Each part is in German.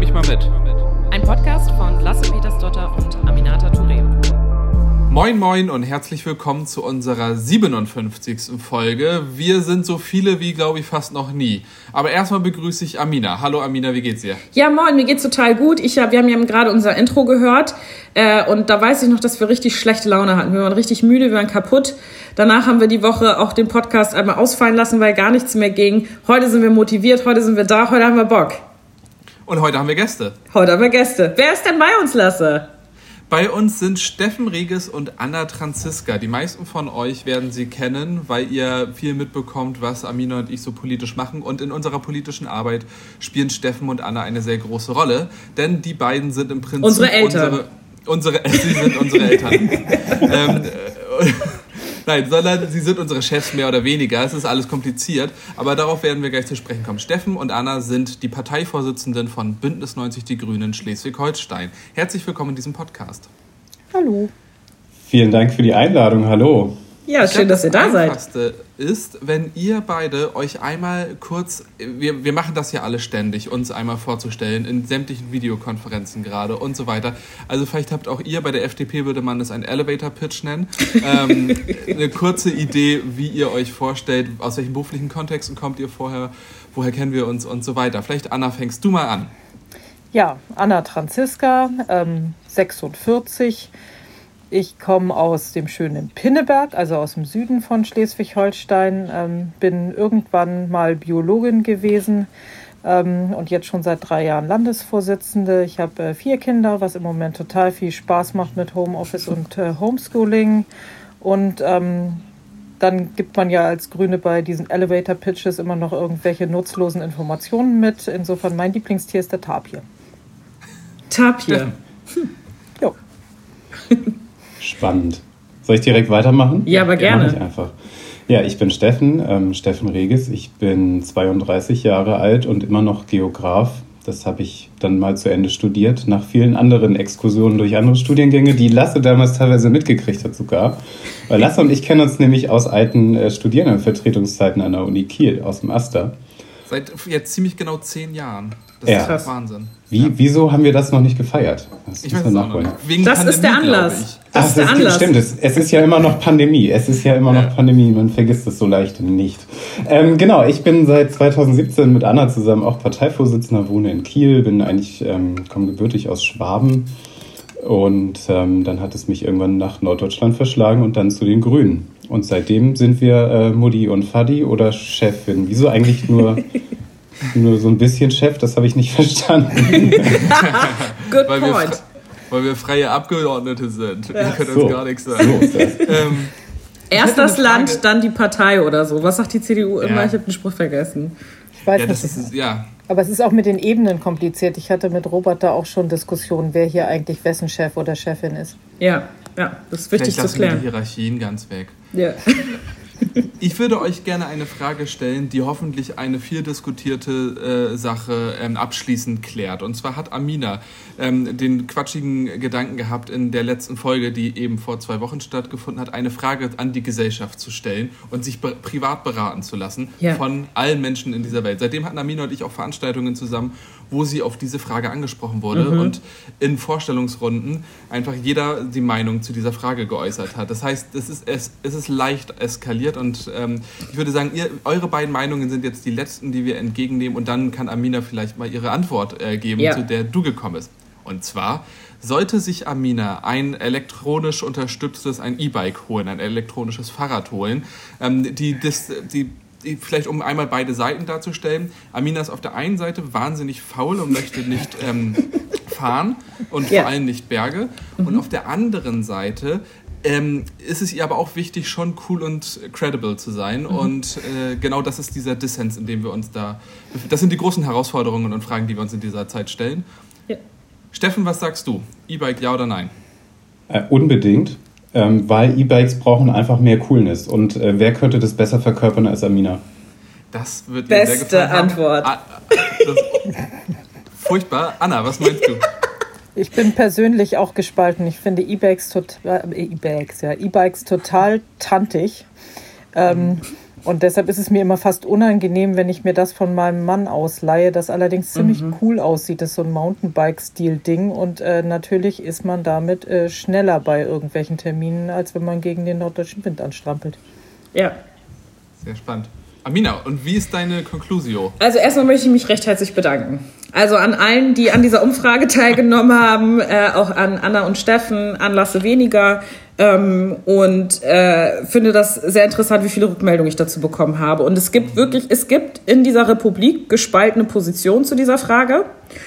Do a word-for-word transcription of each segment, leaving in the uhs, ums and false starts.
euch mal mit. Ein Podcast von Lasse Petersdotter und Aminata Touré. Moin moin und herzlich willkommen zu unserer siebenundfünfzigsten Folge. Wir sind so viele wie, glaube ich, fast noch nie. Aber erstmal begrüße ich Amina. Hallo Amina, wie geht's dir? Ja, moin, mir geht's total gut. Ich hab, wir haben ja gerade unser Intro gehört äh, und da weiß ich noch, dass wir richtig schlechte Laune hatten. Wir waren richtig müde, wir waren kaputt. Danach haben wir die Woche auch den Podcast einmal ausfallen lassen, weil gar nichts mehr ging. Heute sind wir motiviert, heute sind wir da, heute haben wir Bock. Und heute haben wir Gäste. Heute haben wir Gäste. Wer ist denn bei uns, Lasse? Bei uns sind Steffen Regis und Anna Tranziska. Die meisten von euch werden sie kennen, weil ihr viel mitbekommt, was Amina und ich so politisch machen. Und in unserer politischen Arbeit spielen Steffen und Anna eine sehr große Rolle. Denn die beiden sind im Prinzip unsere Eltern. Unsere, unsere, sie sind unsere Eltern. ähm, äh, Nein, sondern sie sind unsere Chefs mehr oder weniger. Es ist alles kompliziert, aber darauf werden wir gleich zu sprechen kommen. Steffen und Anna sind die Parteivorsitzenden von Bündnis neunzig Die Grünen Schleswig-Holstein. Herzlich willkommen in diesem Podcast. Hallo. Vielen Dank für die Einladung. Hallo. Ja, schön, dass ihr da seid. Das Einfachste ist, wenn ihr beide euch einmal kurz, wir, wir machen das ja alle ständig, uns einmal vorzustellen, in sämtlichen Videokonferenzen gerade und so weiter. Also vielleicht habt auch ihr, bei der F D P würde man das einen Elevator-Pitch nennen, ähm, eine kurze Idee, wie ihr euch vorstellt, aus welchen beruflichen Kontexten kommt ihr vorher, woher kennen wir uns und so weiter. Vielleicht, Anna, fängst du mal an. Ja, Anna Tranziska, ähm, sechsundvierzig. Ich komme aus dem schönen Pinneberg, also aus dem Süden von Schleswig-Holstein, ähm, bin irgendwann mal Biologin gewesen ähm, und jetzt schon seit drei Jahren Landesvorsitzende. Ich habe äh, vier Kinder, was im Moment total viel Spaß macht mit Homeoffice und äh, Homeschooling. Und ähm, dann gibt man ja als Grüne bei diesen Elevator-Pitches immer noch irgendwelche nutzlosen Informationen mit. Insofern mein Lieblingstier ist der Tapir. Tapir. Hm. Jo. Spannend. Soll ich direkt weitermachen? Ja, aber gerne. Mach ich einfach. Ja, ich bin Steffen, ähm, Steffen Regis. Ich bin zweiunddreißig Jahre alt und immer noch Geograf. Das habe ich dann mal zu Ende studiert, nach vielen anderen Exkursionen durch andere Studiengänge, die Lasse damals teilweise mitgekriegt hat sogar. Weil Lasse und ich kennen uns nämlich aus alten äh, Studierendenvertretungszeiten an der Uni Kiel, aus dem Aster. Seit jetzt ziemlich genau zehn Jahren. Das ja. ist Wahnsinn. Wie, ja. Wieso haben wir das noch nicht gefeiert? Das ich weiß es auch nicht. Wegen das Pandemie, ist der Anlass. Das Ach, ist der das Anlass. Stimmt, es, es ist ja immer noch Pandemie. Es ist ja immer noch ja. Pandemie. Man vergisst es so leicht nicht. Ähm, genau, ich bin seit zweitausendsiebzehn mit Anna zusammen auch Parteivorsitzender, wohne in Kiel, bin eigentlich, ähm, komme gebürtig aus Schwaben. Und ähm, dann hat es mich irgendwann nach Norddeutschland verschlagen und dann zu den Grünen. Und seitdem sind wir äh, Mutti und Faddy oder Chefin. Wieso eigentlich nur... Nur so ein bisschen Chef, das habe ich nicht verstanden. Good weil point. Wir fre- weil wir freie Abgeordnete sind. Ja. Ihr könnt so, uns gar nichts sagen. So ist das. ähm, Erst das Land, dann die Partei oder so. Was sagt die C D U immer? Ja. Ich habe den Spruch vergessen. Ich weiß ja, nicht. das ist, ja. Aber es ist auch mit den Ebenen kompliziert. Ich hatte mit Robert da auch schon Diskussionen, wer hier eigentlich wessen Chef oder Chefin ist. Ja, ja, das ist wichtig Vielleicht zu lassen wir klären. die Hierarchien ganz weg. Ja. Ich würde euch gerne eine Frage stellen, die hoffentlich eine viel diskutierte äh, Sache ähm, abschließend klärt. Und zwar hat Amina ähm, den quatschigen Gedanken gehabt, in der letzten Folge, die eben vor zwei Wochen stattgefunden hat, eine Frage an die Gesellschaft zu stellen und sich be- privat beraten zu lassen ja. von allen Menschen in dieser Welt. Seitdem hatten Amina und ich auch Veranstaltungen zusammen, wo sie auf diese Frage angesprochen wurde mhm. und in Vorstellungsrunden einfach jeder die Meinung zu dieser Frage geäußert hat. Das heißt, es ist, es, es ist leicht eskaliert und ähm, ich würde sagen, ihr, eure beiden Meinungen sind jetzt die letzten, die wir entgegennehmen und dann kann Amina vielleicht mal ihre Antwort äh, geben, ja. zu der du gekommen bist. Und zwar, sollte sich Amina ein elektronisch unterstütztes, ein E-Bike holen, ein elektronisches Fahrrad holen, ähm, die, das, die vielleicht um einmal beide Seiten darzustellen. Amina ist auf der einen Seite wahnsinnig faul und möchte nicht ähm, fahren und ja. vor allem nicht Berge. Mhm. Und auf der anderen Seite ähm, ist es ihr aber auch wichtig, schon cool und credible zu sein. Mhm. Und äh, genau das ist dieser Dissens, in dem wir uns da... Das sind die großen Herausforderungen und Fragen, die wir uns in dieser Zeit stellen. Ja. Steffen, was sagst du? E-Bike, ja oder nein? Äh, unbedingt. Ähm, weil E-Bikes brauchen einfach mehr Coolness. Und äh, wer könnte das besser verkörpern als Amina? Das wird Beste dir sehr gefallen Antwort. Ah, das, furchtbar. Anna, was meinst du? Ich bin persönlich auch gespalten. Ich finde E-Bikes total, äh, E-Bikes, ja, E-Bikes total tantig. Ähm, Und deshalb ist es mir immer fast unangenehm, wenn ich mir das von meinem Mann ausleihe, das allerdings ziemlich mhm. cool aussieht. Das ist so ein Mountainbike-Stil-Ding und äh, natürlich ist man damit äh, schneller bei irgendwelchen Terminen, als wenn man gegen den norddeutschen Wind anstrampelt. Ja. Sehr spannend. Amina, und wie ist deine Conclusio? Also erstmal möchte ich mich recht herzlich bedanken. Also an allen, die an dieser Umfrage teilgenommen haben, äh, auch an Anna und Steffen, an Lasse weniger. Ähm, und äh, finde das sehr interessant, wie viele Rückmeldungen ich dazu bekommen habe. Und es gibt wirklich, es gibt in dieser Republik gespaltene Positionen zu dieser Frage.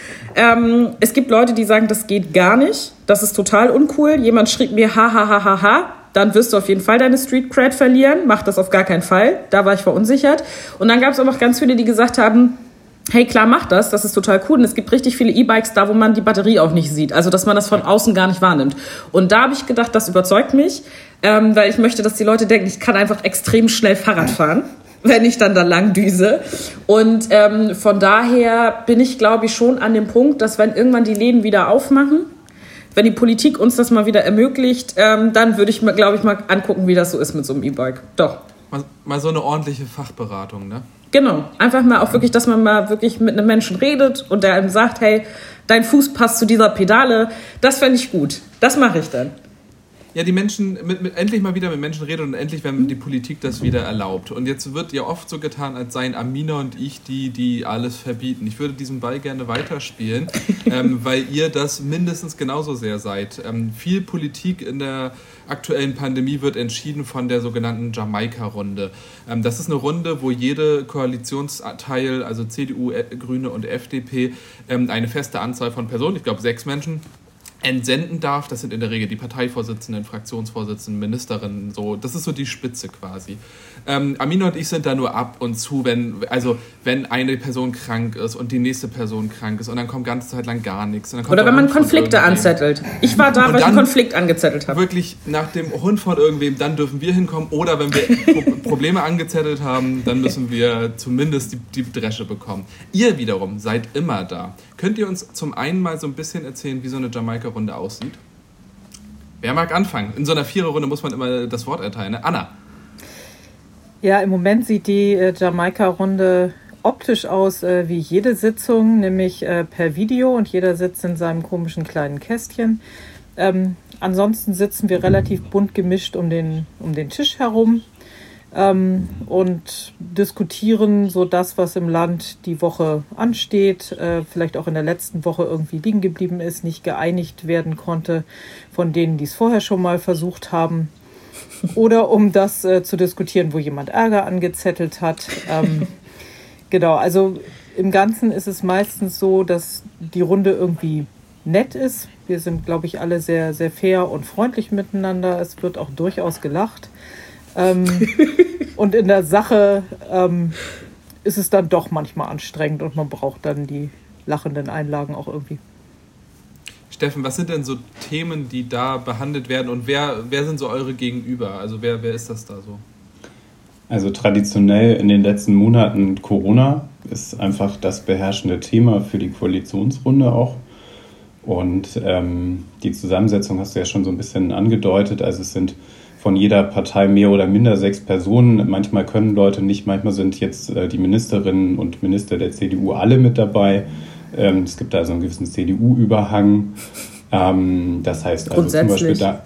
Ähm, es gibt Leute, die sagen, das geht gar nicht. Das ist total uncool. Jemand schrieb mir, ha, ha, ha, ha, ha. Dann wirst du auf jeden Fall deine Street Cred verlieren. Mach das auf gar keinen Fall. Da war ich verunsichert. Und dann gab es aber auch ganz viele, die gesagt haben, hey, klar, mach das, das ist total cool. Und es gibt richtig viele E-Bikes da, wo man die Batterie auch nicht sieht. Also, dass man das von außen gar nicht wahrnimmt. Und da habe ich gedacht, das überzeugt mich, ähm, weil ich möchte, dass die Leute denken, ich kann einfach extrem schnell Fahrrad fahren, wenn ich dann da lang düse. Und ähm, von daher bin ich, glaube ich, schon an dem Punkt, dass wenn irgendwann die Läden wieder aufmachen, wenn die Politik uns das mal wieder ermöglicht, ähm, dann würde ich mir, glaube ich, mal angucken, wie das so ist mit so einem E-Bike. Doch. Mal, mal so eine ordentliche Fachberatung, ne? Genau. Einfach mal auch wirklich, dass man mal wirklich mit einem Menschen redet und der einem sagt, hey, dein Fuß passt zu dieser Pedale. Das fände ich gut. Das mache ich dann. Ja, die Menschen, mit, mit, endlich mal wieder mit Menschen reden und endlich, wenn die Politik das wieder erlaubt. Und jetzt wird ja oft so getan, als seien Amina und ich die, die alles verbieten. Ich würde diesen Ball gerne weiterspielen, ähm, weil ihr das mindestens genauso sehr seid. Ähm, viel Politik in der aktuellen Pandemie wird entschieden von der sogenannten Jamaika-Runde. Ähm, das ist eine Runde, wo jede Koalitionsteil, also C D U, Grüne und F D P, ähm, eine feste Anzahl von Personen, ich glaube sechs Menschen, entsenden darf. Das sind in der Regel die Parteivorsitzenden, Fraktionsvorsitzenden, Ministerinnen. So, das ist so die Spitze quasi. Ähm, Amina und ich sind da nur ab und zu, wenn, also wenn eine Person krank ist und die nächste Person krank ist und dann kommt ganze Zeit lang gar nichts. Und dann kommt Oder wenn man Konflikte anzettelt. Ich war da, weil ich einen Konflikt angezettelt habe. Wirklich nach dem Hund von irgendwem, dann dürfen wir hinkommen. Oder wenn wir Pro- Probleme angezettelt haben, dann müssen wir zumindest die, die Dresche bekommen. Ihr wiederum seid immer da. Könnt ihr uns zum einen mal so ein bisschen erzählen, wie so eine Jamaika-Runde aussieht? Wer mag anfangen? In so einer Viererrunde muss man immer das Wort erteilen. Ne? Anna. Ja, im Moment sieht die äh, Jamaika-Runde optisch aus äh, wie jede Sitzung, nämlich äh, per Video und jeder sitzt in seinem komischen kleinen Kästchen. Ähm, ansonsten sitzen wir relativ bunt gemischt um den, um den Tisch herum ähm, und diskutieren so das, was im Land die Woche ansteht, äh, vielleicht auch in der letzten Woche irgendwie liegen geblieben ist, nicht geeinigt werden konnte von denen, die es vorher schon mal versucht haben. Oder um das äh, zu diskutieren, wo jemand Ärger angezettelt hat. Ähm, genau, also im Ganzen ist es meistens so, dass die Runde irgendwie nett ist. Wir sind, glaube ich, alle sehr, sehr fair und freundlich miteinander. Es wird auch durchaus gelacht. Ähm, und in der Sache ähm, ist es dann doch manchmal anstrengend und man braucht dann die lachenden Einlagen auch irgendwie. Steffen, was sind denn so Themen, die da behandelt werden und wer, wer sind so eure Gegenüber? Also wer, wer ist das da so? Also traditionell in den letzten Monaten Corona ist einfach das beherrschende Thema für die Koalitionsrunde auch. Und ähm, die Zusammensetzung hast du ja schon so ein bisschen angedeutet. Also es sind von jeder Partei mehr oder minder sechs Personen. Manchmal können Leute nicht, manchmal sind jetzt äh, die Ministerinnen und Minister der C D U alle mit dabei. Ähm, es gibt da so einen gewissen C D U-Überhang. Ähm, das heißt also zum Beispiel da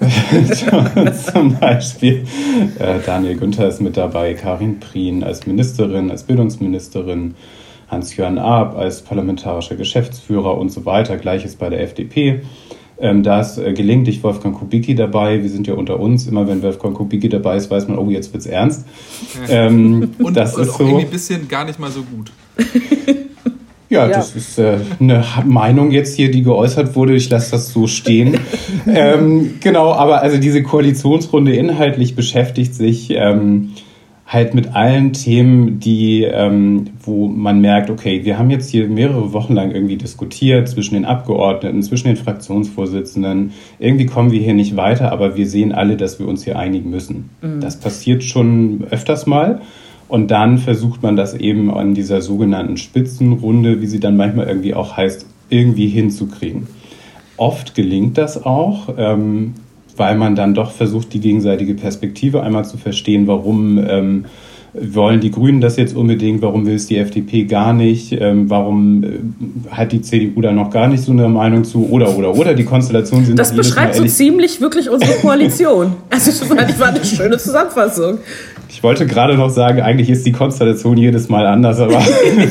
zum Beispiel äh, Daniel Günther ist mit dabei, Karin Prien als Ministerin, als Bildungsministerin, Hans-Jörn Arp als parlamentarischer Geschäftsführer und so weiter. Gleiches bei der F D P. Ähm, da ist äh, gelegentlich Wolfgang Kubicki dabei. Wir sind ja unter uns. Immer wenn Wolfgang Kubicki dabei ist, weiß man, oh, jetzt wird's ernst. Ähm, und das und ist auch so. irgendwie ein bisschen gar nicht mal so gut. Ja, ja, das ist äh, eine Meinung jetzt hier, die geäußert wurde. Ich lasse das so stehen. ähm, genau, aber also diese Koalitionsrunde inhaltlich beschäftigt sich ähm, halt mit allen Themen, die, ähm, wo man merkt, okay, wir haben jetzt hier mehrere Wochen lang irgendwie diskutiert zwischen den Abgeordneten, zwischen den Fraktionsvorsitzenden. Irgendwie kommen wir hier nicht weiter, aber wir sehen alle, dass wir uns hier einigen müssen. Mhm. Das passiert schon öfters mal. Und dann versucht man das eben an dieser sogenannten Spitzenrunde, wie sie dann manchmal irgendwie auch heißt, irgendwie hinzukriegen. Oft gelingt das auch, ähm, weil man dann doch versucht, die gegenseitige Perspektive einmal zu verstehen, warum ähm, wollen die Grünen das jetzt unbedingt, warum will es die F D P gar nicht, ähm, warum äh, hat die C D U da noch gar nicht so eine Meinung zu oder, oder, oder, die Konstellationen sind... Das beschreibt so ziemlich wirklich unsere Koalition. Also das war, das war eine schöne Zusammenfassung. Ich wollte gerade noch sagen, eigentlich ist die Konstellation jedes Mal anders, aber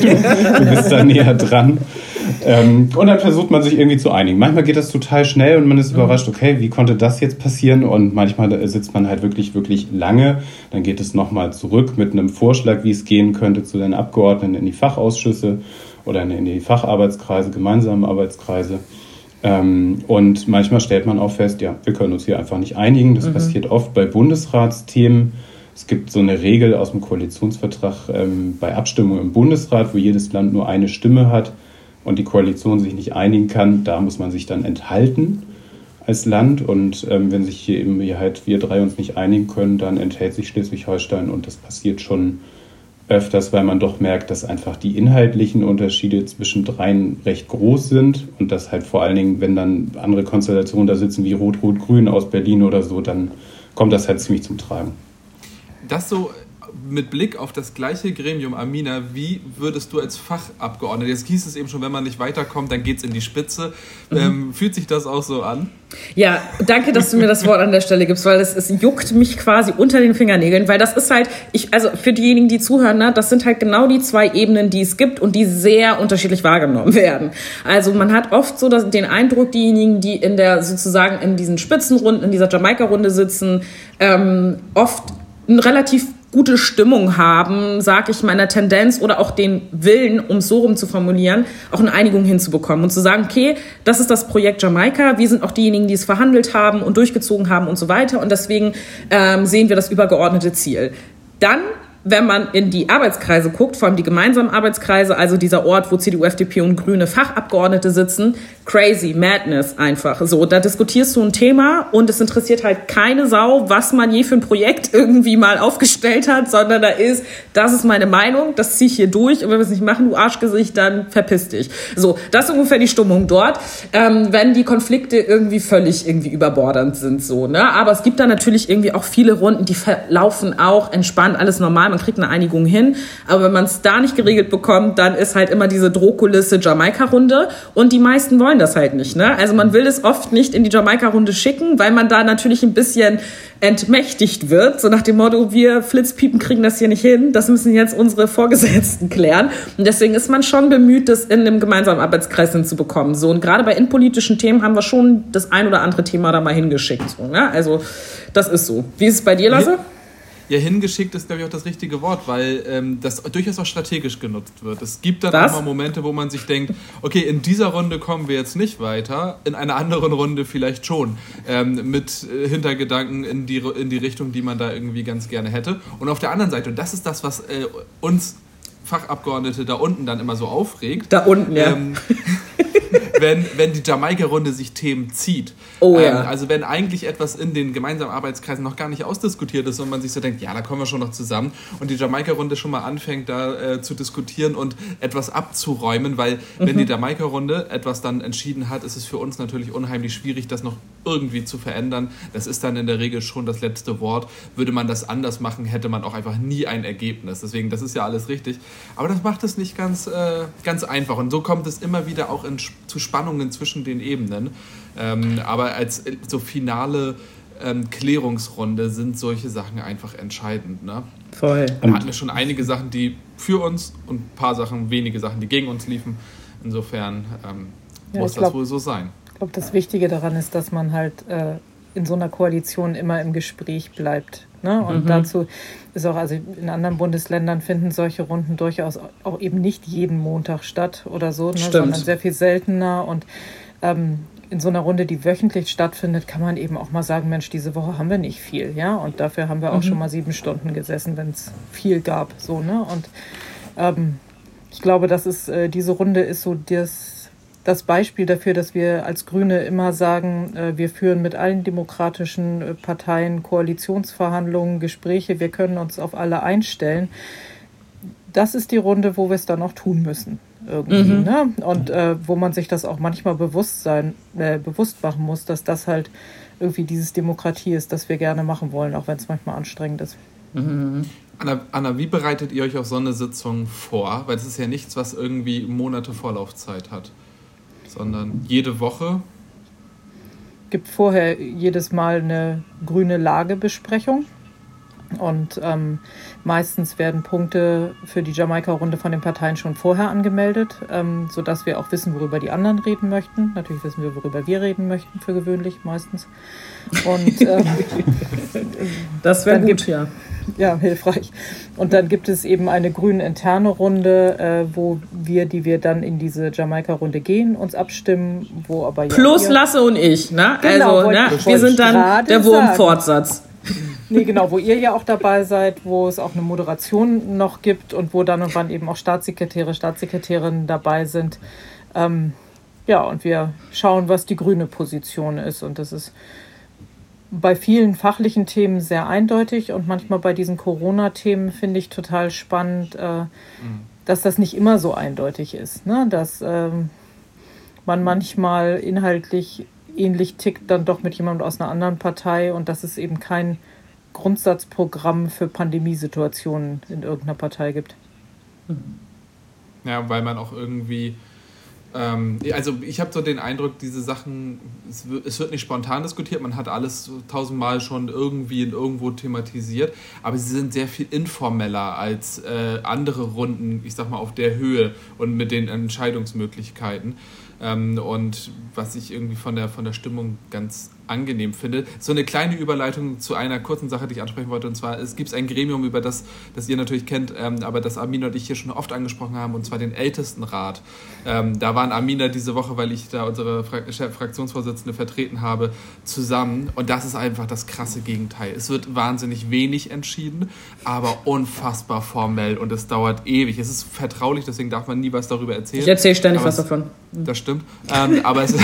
du bist da näher dran. Ähm, und dann versucht man sich irgendwie zu einigen. Manchmal geht das total schnell und man ist mhm. überrascht, okay, wie konnte das jetzt passieren? Und manchmal sitzt man halt wirklich, wirklich lange. Dann geht es nochmal zurück mit einem Vorschlag, wie es gehen könnte zu den Abgeordneten in die Fachausschüsse oder in die Facharbeitskreise, gemeinsamen Arbeitskreise. Ähm, und manchmal stellt man auch fest, ja, wir können uns hier einfach nicht einigen. Das mhm. passiert oft bei Bundesratsthemen. Es gibt so eine Regel aus dem Koalitionsvertrag ähm, bei Abstimmungen im Bundesrat, wo jedes Land nur eine Stimme hat und die Koalition sich nicht einigen kann. Da muss man sich dann enthalten als Land. Und ähm, wenn sich hier eben hier halt wir drei uns nicht einigen können, dann enthält sich Schleswig-Holstein. Und das passiert schon öfters, weil man doch merkt, dass einfach die inhaltlichen Unterschiede zwischen dreien recht groß sind. Und dass halt vor allen Dingen, wenn dann andere Konstellationen da sitzen wie Rot-Rot-Grün aus Berlin oder so, dann kommt das halt ziemlich zum Tragen. Das so mit Blick auf das gleiche Gremium, Amina, wie würdest du als Fachabgeordnete, jetzt hieß es eben schon, wenn man nicht weiterkommt, dann geht es in die Spitze. Mhm. Ähm, fühlt sich das auch so an? Ja, danke, dass du mir das Wort an der Stelle gibst, weil es, es juckt mich quasi unter den Fingernägeln, weil das ist halt, ich, also für diejenigen, die zuhören, ne, das sind halt genau die zwei Ebenen, die es gibt und die sehr unterschiedlich wahrgenommen werden. Also man hat oft so das, den Eindruck, diejenigen, die in der sozusagen in diesen Spitzenrunden, in dieser Jamaika-Runde sitzen, ähm, oft eine relativ gute Stimmung haben, sage ich mal, in der Tendenz oder auch den Willen, um es so rum zu formulieren, auch eine Einigung hinzubekommen und zu sagen, okay, das ist das Projekt Jamaika, wir sind auch diejenigen, die es verhandelt haben und durchgezogen haben und so weiter und deswegen ähm, sehen wir das übergeordnete Ziel. Dann, wenn man in die Arbeitskreise guckt, vor allem die gemeinsamen Arbeitskreise, also dieser Ort, wo C D U, F D P und Grüne Fachabgeordnete sitzen, crazy, Madness einfach. So, da diskutierst du ein Thema und es interessiert halt keine Sau, was man je für ein Projekt irgendwie mal aufgestellt hat, sondern da ist, das ist meine Meinung, das ziehe ich hier durch und wenn wir es nicht machen, du Arschgesicht, dann verpiss dich. So, das ist ungefähr die Stimmung dort, ähm, wenn die Konflikte irgendwie völlig irgendwie überbordernd sind, so, ne? Aber es gibt da natürlich irgendwie auch viele Runden, die verlaufen auch entspannt, alles normal, man kriegt eine Einigung hin, aber wenn man es da nicht geregelt bekommt, dann ist halt immer diese Drohkulisse Jamaika-Runde und die meisten wollen das halt nicht, ne? Also man will es oft nicht in die Jamaika-Runde schicken, weil man da natürlich ein bisschen entmächtigt wird, so nach dem Motto, wir Flitzpiepen kriegen das hier nicht hin, das müssen jetzt unsere Vorgesetzten klären und deswegen ist man schon bemüht, das in einem gemeinsamen Arbeitskreis hinzubekommen, so, und gerade bei innenpolitischen Themen haben wir schon das ein oder andere Thema da mal hingeschickt, so, ne? Also das ist so. Wie ist es bei dir, Lasse? Ja, hingeschickt ist, glaube ich, auch das richtige Wort, weil ähm, das durchaus auch strategisch genutzt wird. Es gibt dann Was? auch mal Momente, wo man sich denkt, okay, in dieser Runde kommen wir jetzt nicht weiter, in einer anderen Runde vielleicht schon, ähm, mit äh, Hintergedanken in die, in die Richtung, die man da irgendwie ganz gerne hätte. Und auf der anderen Seite, und das ist das, was äh, uns Fachabgeordnete da unten dann immer so aufregt. Da unten, ja. Ähm, wenn, wenn die Jamaika-Runde sich Themen zieht. Oh ja. Ähm, also wenn eigentlich etwas in den gemeinsamen Arbeitskreisen noch gar nicht ausdiskutiert ist und man sich so denkt, ja, da kommen wir schon noch zusammen und die Jamaika-Runde schon mal anfängt, da äh, zu diskutieren und etwas abzuräumen, weil mhm. wenn die Jamaika-Runde etwas dann entschieden hat, ist es für uns natürlich unheimlich schwierig, das noch irgendwie zu verändern. Das ist dann in der Regel schon das letzte Wort. Würde man das anders machen, hätte man auch einfach nie ein Ergebnis. Deswegen, das ist ja alles richtig. Aber das macht es nicht ganz, äh, ganz einfach. Und so kommt es immer wieder auch in, zu Spannungen zwischen den Ebenen. Ähm, aber als so finale ähm, Klärungsrunde sind solche Sachen einfach entscheidend. Ne? Voll. Da hatten wir schon einige Sachen, die für uns und ein paar Sachen, wenige Sachen, die gegen uns liefen. Insofern ähm, ja, muss das glaub, wohl so sein. Ich glaube, das Wichtige daran ist, dass man halt äh, in so einer Koalition immer im Gespräch bleibt. Ne? Und mhm. dazu ist auch, also in anderen Bundesländern finden solche Runden durchaus auch eben nicht jeden Montag statt oder so, ne? Sondern sehr viel seltener. Und ähm, in so einer Runde, die wöchentlich stattfindet, kann man eben auch mal sagen, Mensch, diese Woche haben wir nicht viel. Ja? Und dafür haben wir auch mhm. schon mal sieben Stunden gesessen, wenn es viel gab. So, ne? Und ähm, ich glaube, das ist, äh, diese Runde ist so das, das Beispiel dafür, dass wir als Grüne immer sagen, äh, wir führen mit allen demokratischen äh, Parteien Koalitionsverhandlungen, Gespräche, wir können uns auf alle einstellen. Das ist die Runde, wo wir es dann auch tun müssen. irgendwie. Mhm. Ne? Und äh, wo man sich das auch manchmal bewusst sein, äh, bewusst machen muss, dass das halt irgendwie dieses Demokratie ist, das wir gerne machen wollen, auch wenn es manchmal anstrengend ist. Mhm. Anna, Anna, wie bereitet ihr euch auf so eine Sitzung vor? Weil es ist ja nichts, was irgendwie Monate Vorlaufzeit hat, sondern jede Woche. Gibt vorher jedes Mal eine grüne Lagebesprechung. Und ähm, meistens werden Punkte für die Jamaika-Runde von den Parteien schon vorher angemeldet, ähm, sodass wir auch wissen, worüber die anderen reden möchten. Natürlich wissen wir, worüber wir reden möchten, für gewöhnlich meistens. Und ähm, das wäre gut, gibt, ja. Ja, hilfreich. Und dann gibt es eben eine grüne interne Runde, äh, wo wir, die wir dann in diese Jamaika-Runde gehen, uns abstimmen, wo aber ja Plus ihr, Lasse und ich, ne? Genau, also, ne? Wir sind dann der Wurmfortsatz. Nee, genau, wo ihr ja auch dabei seid, wo es auch eine Moderation noch gibt und wo dann und wann eben auch Staatssekretäre, Staatssekretärinnen dabei sind. Ähm, ja, und wir schauen, was die grüne Position ist. Und das ist bei vielen fachlichen Themen sehr eindeutig und manchmal bei diesen Corona-Themen finde ich total spannend, äh, mhm. dass das nicht immer so eindeutig ist. Ne? Dass ähm, man manchmal inhaltlich ähnlich tickt dann doch mit jemandem aus einer anderen Partei und dass es eben kein Grundsatzprogramm für Pandemiesituationen in irgendeiner Partei gibt. Ja, weil man auch irgendwie, ähm, also ich habe so den Eindruck, diese Sachen, es wird, es wird nicht spontan diskutiert, man hat alles tausendmal schon irgendwie in irgendwo thematisiert, aber sie sind sehr viel informeller als äh, andere Runden, ich sag mal auf der Höhe und mit den Entscheidungsmöglichkeiten. Ähm, und was ich irgendwie von der, von der Stimmung ganz angenehm finde. So eine kleine Überleitung zu einer kurzen Sache, die ich ansprechen wollte, und zwar, es gibt ein Gremium, über das, das ihr natürlich kennt, ähm, aber das Amina und ich hier schon oft angesprochen haben, und zwar den Ältestenrat. Ähm, da waren Amina diese Woche, weil ich da unsere Fra- Fraktionsvorsitzende vertreten habe, zusammen, und das ist einfach das krasse Gegenteil. Es wird wahnsinnig wenig entschieden, aber unfassbar formell, und es dauert ewig. Es ist vertraulich, deswegen darf man nie was darüber erzählen. Ich erzähle ständig aber was es, davon. Das stimmt. Ähm, aber, es,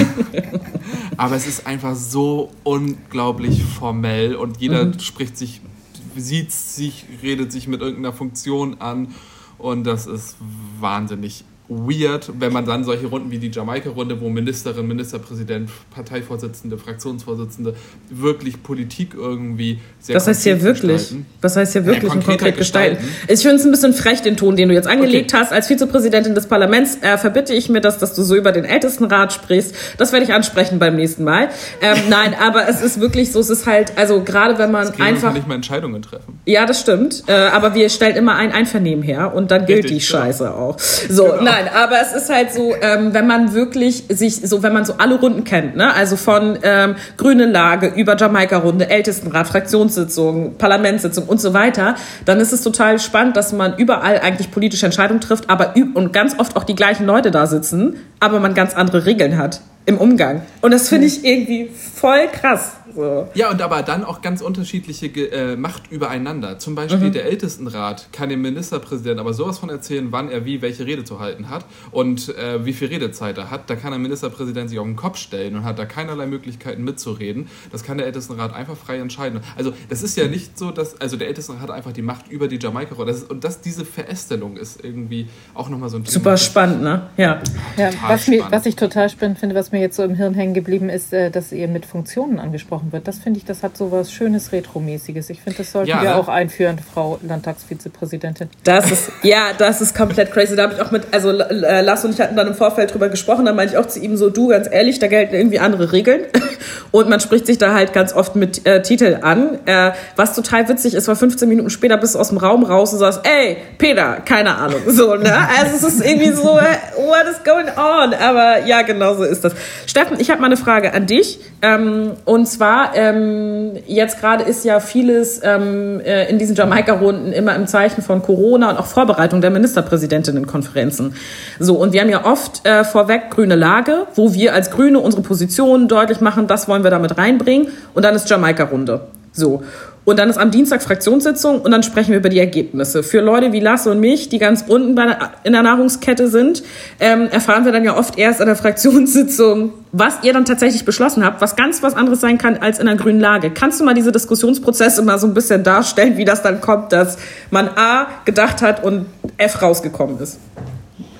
aber es ist einfach so unglaublich formell und jeder mhm. spricht sich, sieht sich, redet sich mit irgendeiner Funktion an, und das ist wahnsinnig weird, wenn man dann solche Runden wie die Jamaika-Runde, wo Ministerin, Ministerpräsident, Parteivorsitzende, Fraktionsvorsitzende wirklich Politik irgendwie sehr das heißt ja wirklich, gestalten. Das heißt ja wirklich ja, und konkret gestalten. gestalten. Ich finde es ein bisschen frech, den Ton, den du jetzt angelegt okay. hast. Als Vizepräsidentin des Parlaments äh, verbitte ich mir das, dass du so über den Ältestenrat sprichst. Das werde ich ansprechen beim nächsten Mal. Ähm, nein, aber es ist wirklich so, es ist halt, also gerade wenn man das einfach... kann nicht mal Entscheidungen treffen. Ja, das stimmt. Äh, aber wir stellen immer ein Einvernehmen her und dann gilt Richtig, die Scheiße ja. auch. So, genau. Nein, aber es ist halt so, ähm, wenn man wirklich sich, so wenn man so alle Runden kennt, ne, also von ähm, grüne Lage über Jamaika-Runde, Ältestenrat, Fraktionssitzung, Parlamentssitzung und so weiter, dann ist es total spannend, dass man überall eigentlich politische Entscheidungen trifft, aber üb- und ganz oft auch die gleichen Leute da sitzen, aber man ganz andere Regeln hat im Umgang. Und das finde ich irgendwie voll krass. So. Ja, und aber dann auch ganz unterschiedliche äh, Macht übereinander. Zum Beispiel mhm. der Ältestenrat kann dem Ministerpräsidenten aber sowas von erzählen, wann er wie welche Rede zu halten hat und äh, wie viel Redezeit er hat. Da kann der Ministerpräsident sich auf den Kopf stellen und hat da keinerlei Möglichkeiten mitzureden. Das kann der Ältestenrat einfach frei entscheiden. Also das ist ja nicht so, dass, also der Ältestenrat hat einfach die Macht über die Jamaika-Runde. Und das, diese Verästelung ist irgendwie auch nochmal so ein Thema. Super spannend, ne? Ja. ja was, mir, was ich total spannend finde, was mir jetzt so im Hirn hängen geblieben ist, äh, dass ihr mit Funktionen angesprochen wird. Das finde ich, das hat so was Schönes Retromäßiges. Ich finde, das sollten ja, wir ne? auch einführen, Frau Landtagsvizepräsidentin. Das ist, ja, das ist komplett crazy. Da habe ich auch mit, also äh, Lars und ich hatten dann im Vorfeld drüber gesprochen, da meinte ich auch zu ihm so, du, ganz ehrlich, da gelten irgendwie andere Regeln. Und man spricht sich da halt ganz oft mit äh, Titel an. Äh, was total witzig ist, war fünfzehn Minuten später bist du aus dem Raum raus und sagst, ey, Peter, keine Ahnung. So, ne? Also es ist irgendwie so, what is going on? Aber ja, genau so ist das. Steffen, ich habe mal eine Frage an dich. Ähm, und zwar, ähm, jetzt gerade ist ja vieles ähm, äh, in diesen Jamaika-Runden immer im Zeichen von Corona und auch Vorbereitung der Ministerpräsidentinnenkonferenzen. So, und wir haben ja oft äh, vorweg grüne Lage, wo wir als Grüne unsere Positionen deutlich machen, das wollen wir damit reinbringen. Und dann ist Jamaika-Runde. So. Und dann ist am Dienstag Fraktionssitzung und dann sprechen wir über die Ergebnisse. Für Leute wie Lasse und mich, die ganz unten bei der, in der Nahrungskette sind, ähm, erfahren wir dann ja oft erst an der Fraktionssitzung, was ihr dann tatsächlich beschlossen habt, was ganz was anderes sein kann als in einer grünen Lage. Kannst du mal diese Diskussionsprozesse mal so ein bisschen darstellen, wie das dann kommt, dass man A gedacht hat und F rausgekommen ist?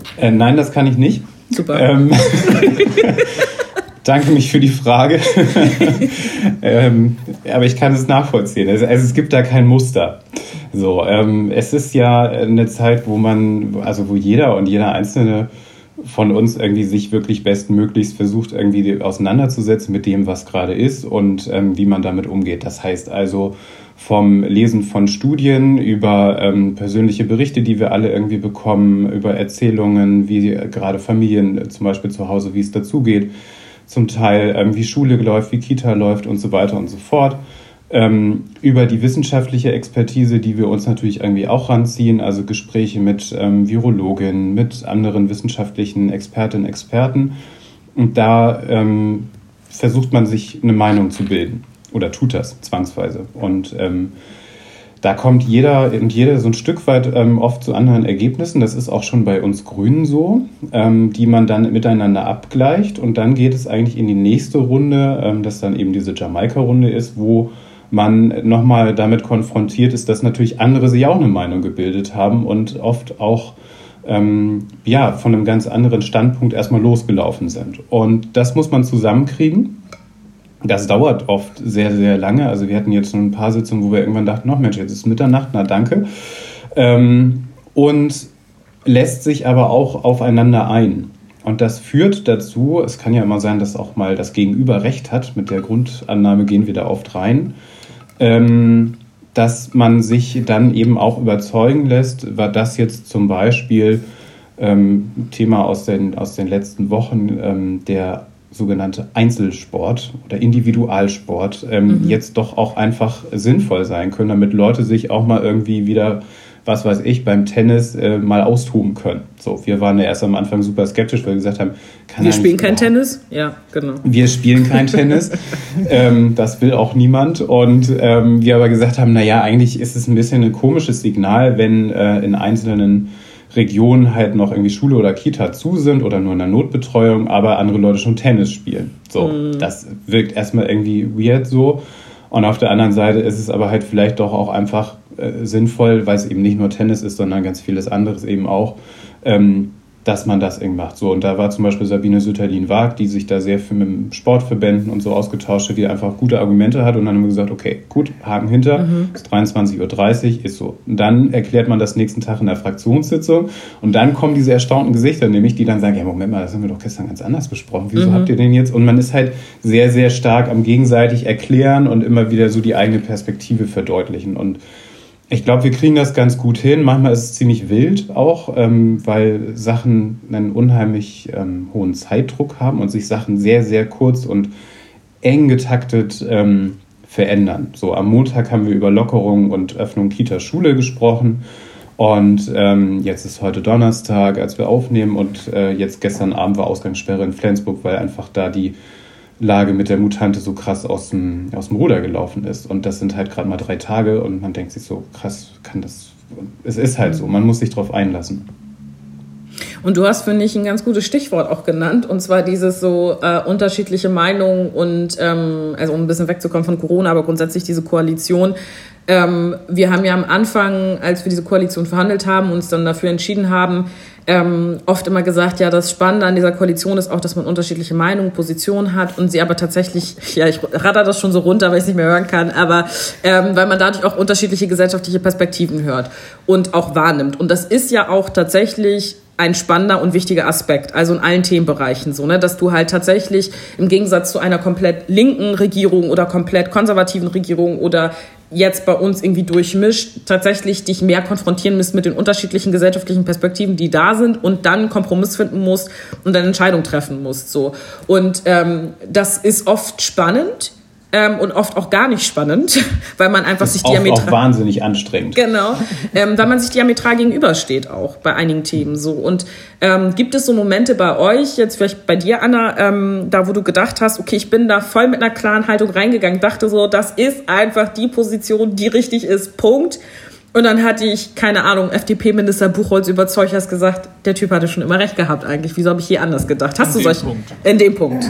Äh, nein, das kann ich nicht. Super. Ähm, danke mich für die Frage. ähm, aber ich kann es nachvollziehen. Also, also es gibt da kein Muster. So, ähm, es ist ja eine Zeit, wo man, also wo jeder und jeder Einzelne von uns irgendwie sich wirklich bestmöglichst versucht, irgendwie auseinanderzusetzen mit dem, was gerade ist und ähm, wie man damit umgeht. Das heißt also vom Lesen von Studien über ähm, persönliche Berichte, die wir alle irgendwie bekommen, über Erzählungen, wie gerade Familien zum Beispiel zu Hause, wie es dazugeht, zum Teil ähm, wie Schule läuft, wie Kita läuft und so weiter und so fort. Ähm, über die wissenschaftliche Expertise, die wir uns natürlich irgendwie auch ranziehen, also Gespräche mit ähm, Virologinnen, mit anderen wissenschaftlichen Expertinnen, Experten. Und da ähm, versucht man sich eine Meinung zu bilden oder tut das zwangsweise. Und ähm, da kommt jeder und jede so ein Stück weit ähm, oft zu anderen Ergebnissen. Das ist auch schon bei uns Grünen so, ähm, die man dann miteinander abgleicht. Und dann geht es eigentlich in die nächste Runde, ähm, das dann eben diese Jamaika-Runde ist, wo man nochmal damit konfrontiert ist, dass natürlich andere sich auch eine Meinung gebildet haben und oft auch ähm, ja, von einem ganz anderen Standpunkt erstmal losgelaufen sind. Und das muss man zusammenkriegen. Das dauert oft sehr, sehr lange. Also wir hatten jetzt schon ein paar Sitzungen, wo wir irgendwann dachten, oh Mensch, jetzt ist Mitternacht, na danke. Ähm, und lässt sich aber auch aufeinander ein. Und das führt dazu, es kann ja immer sein, dass auch mal das Gegenüber recht hat, mit der Grundannahme gehen wir da oft rein, ähm, dass man sich dann eben auch überzeugen lässt, war das jetzt zum Beispiel ähm, Thema aus den, aus den letzten Wochen, ähm, der sogenannte Einzelsport oder Individualsport, ähm, mhm. jetzt doch auch einfach sinnvoll sein können, damit Leute sich auch mal irgendwie wieder, was weiß ich, beim Tennis äh, mal austoben können. So, wir waren ja erst am Anfang super skeptisch, weil wir gesagt haben, kann wir spielen kein Tennis? Ja, genau. Wir spielen kein Tennis. ähm, das will auch niemand. Und ähm, wir aber gesagt haben, naja, eigentlich ist es ein bisschen ein komisches Signal, wenn äh, in einzelnen Regionen halt noch irgendwie Schule oder Kita zu sind oder nur in der Notbetreuung, aber andere Leute schon Tennis spielen. So, mhm. Das wirkt erstmal irgendwie weird so. Und auf der anderen Seite ist es aber halt vielleicht doch auch einfach äh, sinnvoll, weil es eben nicht nur Tennis ist, sondern ganz vieles anderes eben auch, ähm, dass man das irgendwie macht. So, und da war zum Beispiel Sabine Sütterlin-Waag, die sich da sehr viel mit dem Sportverbänden und so ausgetauscht hat, die einfach gute Argumente hat. Und dann haben wir gesagt, okay, gut, Haken hinter, mhm. ist dreiundzwanzig Uhr dreißig, ist so. Und dann erklärt man das nächsten Tag in der Fraktionssitzung. Und dann kommen diese erstaunten Gesichter, nämlich die dann sagen, ja, Moment mal, das haben wir doch gestern ganz anders besprochen. Wieso mhm. habt ihr den jetzt? Und man ist halt sehr, sehr stark am gegenseitig erklären und immer wieder so die eigene Perspektive verdeutlichen. Und ich glaube, wir kriegen das ganz gut hin. Manchmal ist es ziemlich wild auch, ähm, weil Sachen einen unheimlich ähm, hohen Zeitdruck haben und sich Sachen sehr, sehr kurz und eng getaktet ähm, verändern. So, am Montag haben wir über Lockerung und Öffnung Kita-Schule gesprochen. Und ähm, jetzt ist heute Donnerstag, als wir aufnehmen. Und äh, jetzt gestern Abend war Ausgangssperre in Flensburg, weil einfach da die Lage mit der Mutante so krass aus dem, aus dem Ruder gelaufen ist. Und das sind halt gerade mal drei Tage und man denkt sich so, krass, kann das... Es ist halt so, man muss sich drauf einlassen. Und du hast, finde ich, ein ganz gutes Stichwort auch genannt, und zwar dieses so äh, unterschiedliche Meinungen und, ähm, also um ein bisschen wegzukommen von Corona, aber grundsätzlich diese Koalition. Ähm, wir haben ja am Anfang, als wir diese Koalition verhandelt haben, uns dann dafür entschieden haben, ähm, oft immer gesagt, ja, das Spannende an dieser Koalition ist auch, dass man unterschiedliche Meinungen, Positionen hat und sie aber tatsächlich, ja, ich ratter das schon so runter, weil ich es nicht mehr hören kann, aber ähm, weil man dadurch auch unterschiedliche gesellschaftliche Perspektiven hört und auch wahrnimmt. Und das ist ja auch tatsächlich ein spannender und wichtiger Aspekt, also in allen Themenbereichen so, ne, dass du halt tatsächlich im Gegensatz zu einer komplett linken Regierung oder komplett konservativen Regierung oder jetzt bei uns irgendwie durchmischt, tatsächlich dich mehr konfrontieren musst mit den unterschiedlichen gesellschaftlichen Perspektiven, die da sind, und dann einen Kompromiss finden musst und eine Entscheidung treffen musst. So. Und ähm, das ist oft spannend. Ähm, und oft auch gar nicht spannend, weil man einfach das sich ist diametral... auch wahnsinnig anstrengend. Genau, ähm, weil man sich diametral gegenübersteht auch bei einigen Themen so. Und ähm, gibt es so Momente bei euch, jetzt vielleicht bei dir, Anna, ähm, da wo du gedacht hast, okay, ich bin da voll mit einer klaren Haltung reingegangen, dachte so, das ist einfach die Position, die richtig ist, Punkt. Und dann hatte ich, keine Ahnung, F D P-Minister Buchholz überzeugt, hast gesagt, der Typ hatte schon immer recht gehabt eigentlich. Wieso habe ich je anders gedacht? Hast in du solche... Punkt. In dem Punkt.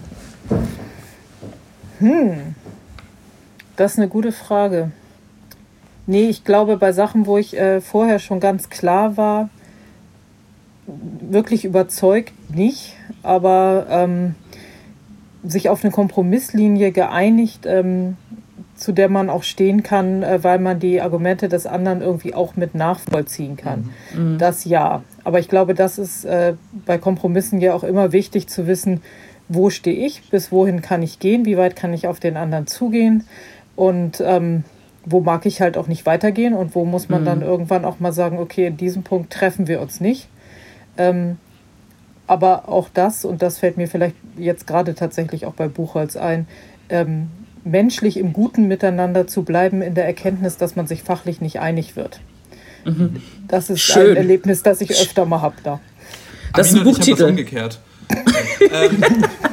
Hm, das ist eine gute Frage. Nee, ich glaube, bei Sachen, wo ich äh, vorher schon ganz klar war, wirklich überzeugt nicht, aber ähm, sich auf eine Kompromisslinie geeinigt, ähm, zu der man auch stehen kann, äh, weil man die Argumente des anderen irgendwie auch mit nachvollziehen kann. Mhm. Das ja. Aber ich glaube, das ist äh, bei Kompromissen ja auch immer wichtig zu wissen, wo stehe ich, bis wohin kann ich gehen, wie weit kann ich auf den anderen zugehen und ähm, wo mag ich halt auch nicht weitergehen und wo muss man mhm. dann irgendwann auch mal sagen, okay, in diesem Punkt treffen wir uns nicht. Ähm, aber auch das, und das fällt mir vielleicht jetzt gerade tatsächlich auch bei Buchholz ein, ähm, menschlich im guten Miteinander zu bleiben in der Erkenntnis, dass man sich fachlich nicht einig wird. Mhm. Das ist Schön. Ein Erlebnis, das ich öfter mal habe da. Das ist ein Buchtitel. Ich habe das umgekehrt. ähm,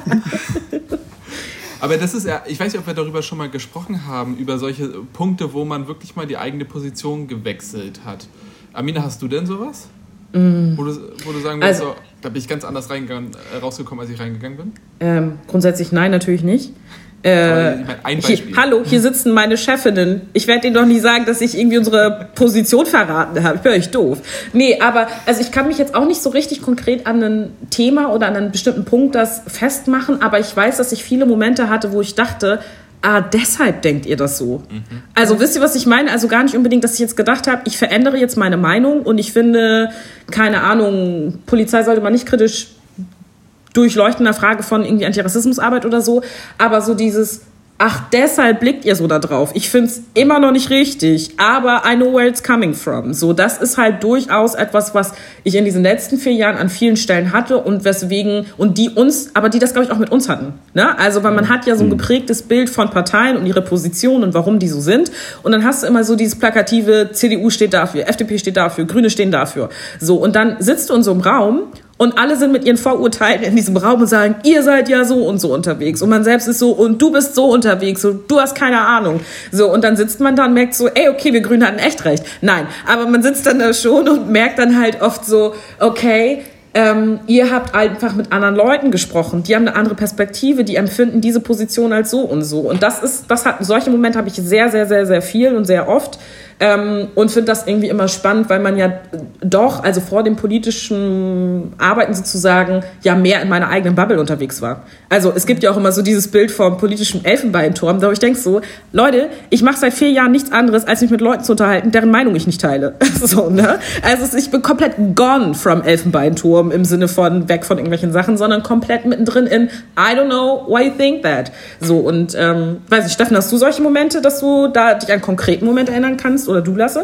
aber das ist ja, ich weiß nicht, ob wir darüber schon mal gesprochen haben, über solche Punkte, wo man wirklich mal die eigene Position gewechselt hat. Amina, hast du denn sowas? Mm. Wo, du, wo du sagen würdest, also, so, da bin ich ganz anders reingegangen, äh, rausgekommen, als ich reingegangen bin? Ähm, grundsätzlich nein, natürlich nicht. Äh, ein hier, hallo, hier sitzen meine Chefinnen. Ich werde denen doch nie sagen, dass ich irgendwie unsere Position verraten habe. Ich bin euch doof. Nee, aber also ich kann mich jetzt auch nicht so richtig konkret an ein Thema oder an einen bestimmten Punkt das festmachen, aber ich weiß, dass ich viele Momente hatte, wo ich dachte, ah, deshalb denkt ihr das so. Mhm. Also wisst ihr, was ich meine? Also gar nicht unbedingt, dass ich jetzt gedacht habe, ich verändere jetzt meine Meinung und ich finde, keine Ahnung, Polizei sollte man nicht kritisch durchleuchten in der Frage von irgendwie Antirassismusarbeit oder so, aber so dieses, ach, deshalb blickt ihr so da drauf. Ich finde es immer noch nicht richtig, aber I know where it's coming from. So, das ist halt durchaus etwas, was ich in diesen letzten vier Jahren an vielen Stellen hatte und weswegen, und die uns, aber die das, glaube ich, auch mit uns hatten. Ne? Also, weil man hat ja so ein geprägtes Bild von Parteien und ihre Position und warum die so sind. Und dann hast du immer so dieses plakative, C D U steht dafür, F D P steht dafür, Grüne stehen dafür. So, und dann sitzt du in so einem Raum und alle sind mit ihren Vorurteilen in diesem Raum und sagen, ihr seid ja so und so unterwegs. Und man selbst ist so, und du bist so unterwegs, so, du hast keine Ahnung. So, und dann sitzt man da und merkt so, ey, okay, wir Grünen hatten echt recht. Nein, aber man sitzt dann da schon und merkt dann halt oft so, okay, ähm, ihr habt einfach mit anderen Leuten gesprochen, die haben eine andere Perspektive, die empfinden diese Position als so und so. Und das ist, das hat, solche Momente habe ich sehr, sehr, sehr, sehr viel und sehr oft. Ähm, und finde das irgendwie immer spannend, weil man ja doch, also vor dem politischen Arbeiten sozusagen, ja mehr in meiner eigenen Bubble unterwegs war. Also es gibt ja auch immer so dieses Bild vom politischen Elfenbeinturm, da wo ich denke so, Leute, ich mache seit vier Jahren nichts anderes, als mich mit Leuten zu unterhalten, deren Meinung ich nicht teile. So, ne? Also ich bin komplett gone from Elfenbeinturm im Sinne von weg von irgendwelchen Sachen, sondern komplett mittendrin in I don't know why you think that. So, und ähm, weiß nicht, Steffen, hast du solche Momente, dass du da dich an einen konkreten Moment erinnern kannst? Oder du, Lasse?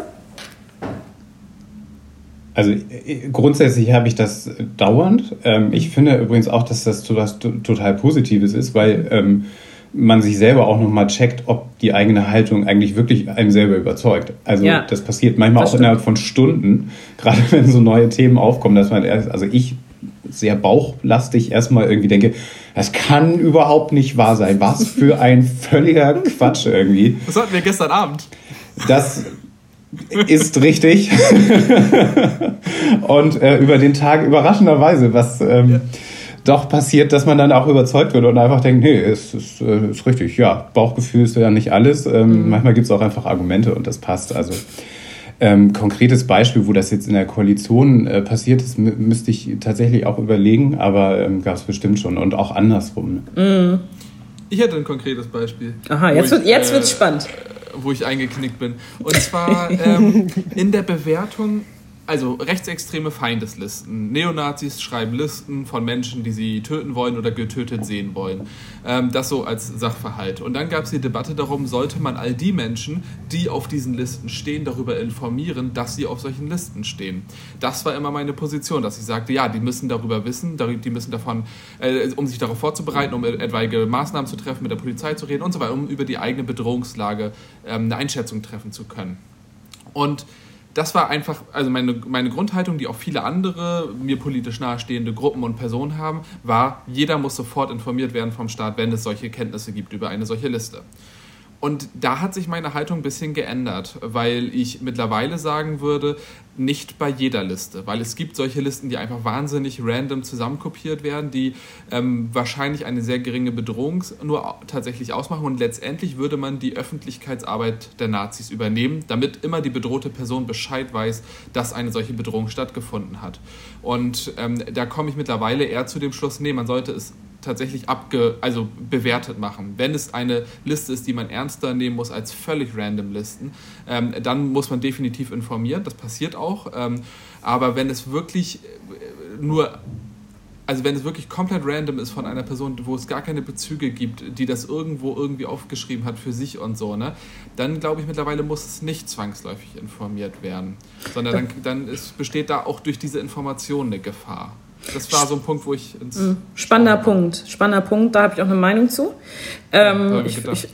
Also grundsätzlich habe ich das dauernd. Ähm, ich finde übrigens auch, dass das was total Positives ist, weil ähm, man sich selber auch nochmal checkt, ob die eigene Haltung eigentlich wirklich einem selber überzeugt. Also ja, das passiert manchmal das auch innerhalb von Stunden, gerade wenn so neue Themen aufkommen, dass man erst, also ich sehr bauchlastig erstmal irgendwie denke, das kann überhaupt nicht wahr sein. Was für ein völliger Quatsch irgendwie. Das hatten wir gestern Abend. Das ist richtig. Und äh, über den Tag überraschenderweise, was ähm, ja. doch passiert, dass man dann auch überzeugt wird und einfach denkt, nee, es ist, äh, ist richtig. Ja, Bauchgefühl ist ja nicht alles. Ähm, mhm. Manchmal gibt es auch einfach Argumente und das passt. Also ähm, konkretes Beispiel, wo das jetzt in der Koalition äh, passiert ist, m- müsste ich tatsächlich auch überlegen, aber ähm, gab es bestimmt schon und auch andersrum. Mhm. Ich hätte ein konkretes Beispiel. Aha, jetzt, wird, jetzt äh, wird's spannend. Wo ich eingeknickt bin. Und zwar ähm, in der Bewertung, also rechtsextreme Feindeslisten. Neonazis schreiben Listen von Menschen, die sie töten wollen oder getötet sehen wollen. Ähm, das so als Sachverhalt. Und dann gab es die Debatte darum, sollte man all die Menschen, die auf diesen Listen stehen, darüber informieren, dass sie auf solchen Listen stehen. Das war immer meine Position, dass ich sagte, ja, die müssen darüber wissen, die müssen davon, äh, um sich darauf vorzubereiten, um etwaige Maßnahmen zu treffen, mit der Polizei zu reden und so weiter, um über die eigene Bedrohungslage ähm, eine Einschätzung treffen zu können. Und das war einfach, also meine, meine Grundhaltung, die auch viele andere mir politisch nahestehende Gruppen und Personen haben, war, jeder muss sofort informiert werden vom Staat, wenn es solche Kenntnisse gibt über eine solche Liste. Und da hat sich meine Haltung ein bisschen geändert, weil ich mittlerweile sagen würde, nicht bei jeder Liste, weil es gibt solche Listen, die einfach wahnsinnig random zusammenkopiert werden, die ähm, wahrscheinlich eine sehr geringe Bedrohung nur tatsächlich ausmachen und letztendlich würde man die Öffentlichkeitsarbeit der Nazis übernehmen, damit immer die bedrohte Person Bescheid weiß, dass eine solche Bedrohung stattgefunden hat. Und ähm, da komme ich mittlerweile eher zu dem Schluss, nee, man sollte es tatsächlich abge, also bewertet machen. Wenn es eine Liste ist, die man ernster nehmen muss als völlig random Listen, ähm, dann muss man definitiv informieren, das passiert auch. Ähm, aber wenn es wirklich nur, also wenn es wirklich komplett random ist von einer Person, wo es gar keine Bezüge gibt, die das irgendwo irgendwie aufgeschrieben hat für sich und so, ne, dann glaube ich mittlerweile muss es nicht zwangsläufig informiert werden, sondern dann, dann ist, besteht da auch durch diese Information eine Gefahr. Das war so ein Punkt, wo ich ins... Spannender Punkt, spannender Punkt, da habe ich auch eine Meinung zu. Ähm, ich, ich,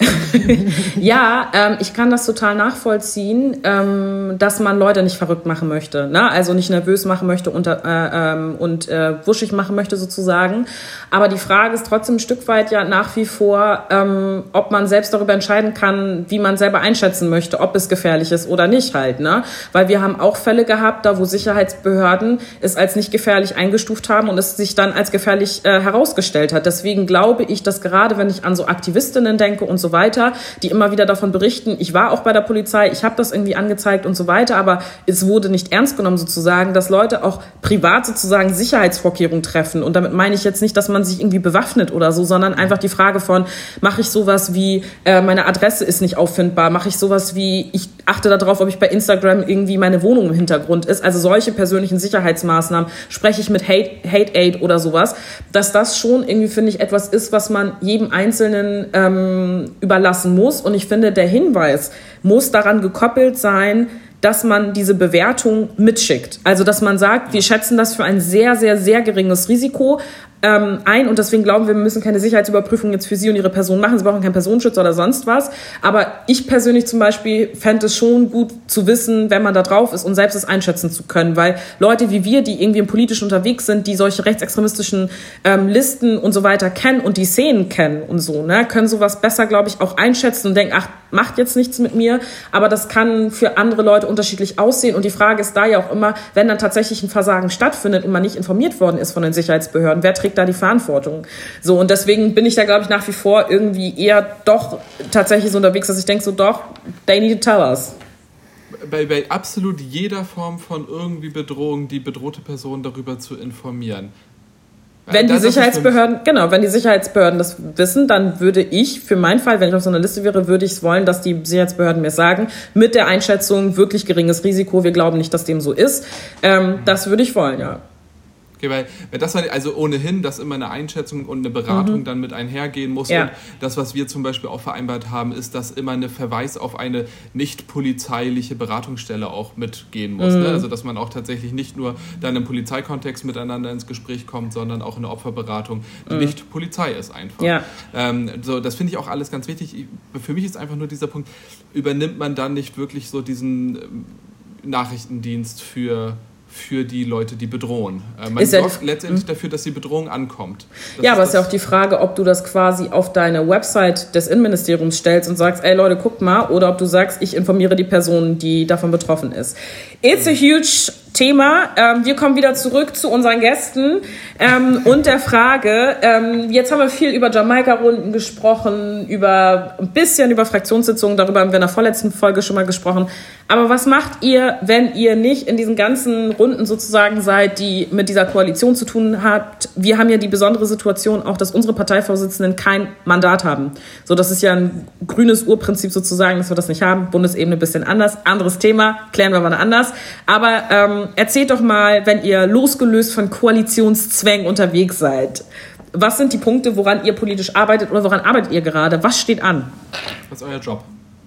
ja, ähm, ich kann das total nachvollziehen, ähm, dass man Leute nicht verrückt machen möchte, ne? Also nicht nervös machen möchte und, äh, ähm, und äh, wuschig machen möchte sozusagen. Aber die Frage ist trotzdem ein Stück weit ja nach wie vor, ähm, ob man selbst darüber entscheiden kann, wie man selber einschätzen möchte, ob es gefährlich ist oder nicht halt, ne? Weil wir haben auch Fälle gehabt, da wo Sicherheitsbehörden es als nicht gefährlich eingestuft haben und es sich dann als gefährlich äh, herausgestellt hat. Deswegen glaube ich, dass gerade wenn ich an so Aktivistinnen denke und so weiter, die immer wieder davon berichten, ich war auch bei der Polizei, ich habe das irgendwie angezeigt und so weiter, aber es wurde nicht ernst genommen sozusagen, dass Leute auch privat sozusagen Sicherheitsvorkehrungen treffen. Und damit meine ich jetzt nicht, dass man sich irgendwie bewaffnet oder so, sondern einfach die Frage von, mache ich sowas wie, äh, meine Adresse ist nicht auffindbar, mache ich sowas wie, ich achte darauf, ob ich bei Instagram irgendwie meine Wohnung im Hintergrund ist. Also solche persönlichen Sicherheitsmaßnahmen, spreche ich mit Hate, Hate Aid oder sowas, dass das schon irgendwie, finde ich, etwas ist, was man jedem Einzelnen ähm, überlassen muss. Und ich finde, der Hinweis muss daran gekoppelt sein, dass man diese Bewertung mitschickt. Also, dass man sagt, wir schätzen das für ein sehr, sehr, sehr geringes Risiko ähm, ein und deswegen glauben wir, wir müssen keine Sicherheitsüberprüfung jetzt für Sie und Ihre Person machen. Sie brauchen keinen Personenschutz oder sonst was. Aber ich persönlich zum Beispiel fände es schon gut zu wissen, wenn man da drauf ist und selbst es einschätzen zu können. Weil Leute wie wir, die irgendwie politisch unterwegs sind, die solche rechtsextremistischen ähm, Listen und so weiter kennen und die Szenen kennen und so, ne, können sowas besser, glaube ich, auch einschätzen und denken, ach, macht jetzt nichts mit mir. Aber das kann für andere Leute unterschiedlich aussehen. Und die Frage ist da ja auch immer, wenn dann tatsächlich ein Versagen stattfindet und man nicht informiert worden ist von den Sicherheitsbehörden, wer trägt da die Verantwortung? So, und deswegen bin ich da, glaube ich, nach wie vor irgendwie eher doch tatsächlich so unterwegs, dass ich denke, so doch, they need to tell us. Bei, bei absolut jeder Form von irgendwie Bedrohung, die bedrohte Person darüber zu informieren. Wenn die Sicherheitsbehörden, genau, wenn die Sicherheitsbehörden das wissen, dann würde ich, für meinen Fall, wenn ich auf so einer Liste wäre, würde ich es wollen, dass die Sicherheitsbehörden mir sagen, mit der Einschätzung wirklich geringes Risiko, wir glauben nicht, dass dem so ist. Ähm, das würde ich wollen, ja. Okay, weil, weil das war also ohnehin, dass immer eine Einschätzung und eine Beratung mhm. dann mit einhergehen muss. Ja. Und das, was wir zum Beispiel auch vereinbart haben, ist, dass immer ein Verweis auf eine nicht polizeiliche Beratungsstelle auch mitgehen muss. Mhm. Ne? Also dass man auch tatsächlich nicht nur dann im Polizeikontext miteinander ins Gespräch kommt, sondern auch in der Opferberatung, die mhm. nicht Polizei ist einfach. Ja. Ähm, so, das finde ich auch alles ganz wichtig. Ich, für mich ist einfach nur dieser Punkt, übernimmt man dann nicht wirklich so diesen ähm, Nachrichtendienst für... für die Leute, die bedrohen. Man ist sorgt ja letztendlich dafür, dass die Bedrohung ankommt. Das ja, aber es ist ja auch die Frage, ob du das quasi auf deine Website des Innenministeriums stellst und sagst, ey Leute, guckt mal, oder ob du sagst, ich informiere die Person, die davon betroffen ist. It's a huge Thema. Ähm, wir kommen wieder zurück zu unseren Gästen ähm, und der Frage, ähm, jetzt haben wir viel über Jamaika-Runden gesprochen, über ein bisschen über Fraktionssitzungen, darüber haben wir in der vorletzten Folge schon mal gesprochen. Aber was macht ihr, wenn ihr nicht in diesen ganzen Runden sozusagen seid, die mit dieser Koalition zu tun habt? Wir haben ja die besondere Situation auch, dass unsere Parteivorsitzenden kein Mandat haben. So, das ist ja ein grünes Urprinzip sozusagen, dass wir das nicht haben. Bundesebene ein bisschen anders. Anderes Thema, klären wir mal anders. Aber ähm, erzählt doch mal, wenn ihr losgelöst von Koalitionszwängen unterwegs seid. Was sind die Punkte, woran ihr politisch arbeitet oder woran arbeitet ihr gerade? Was steht an? Was ist euer Job?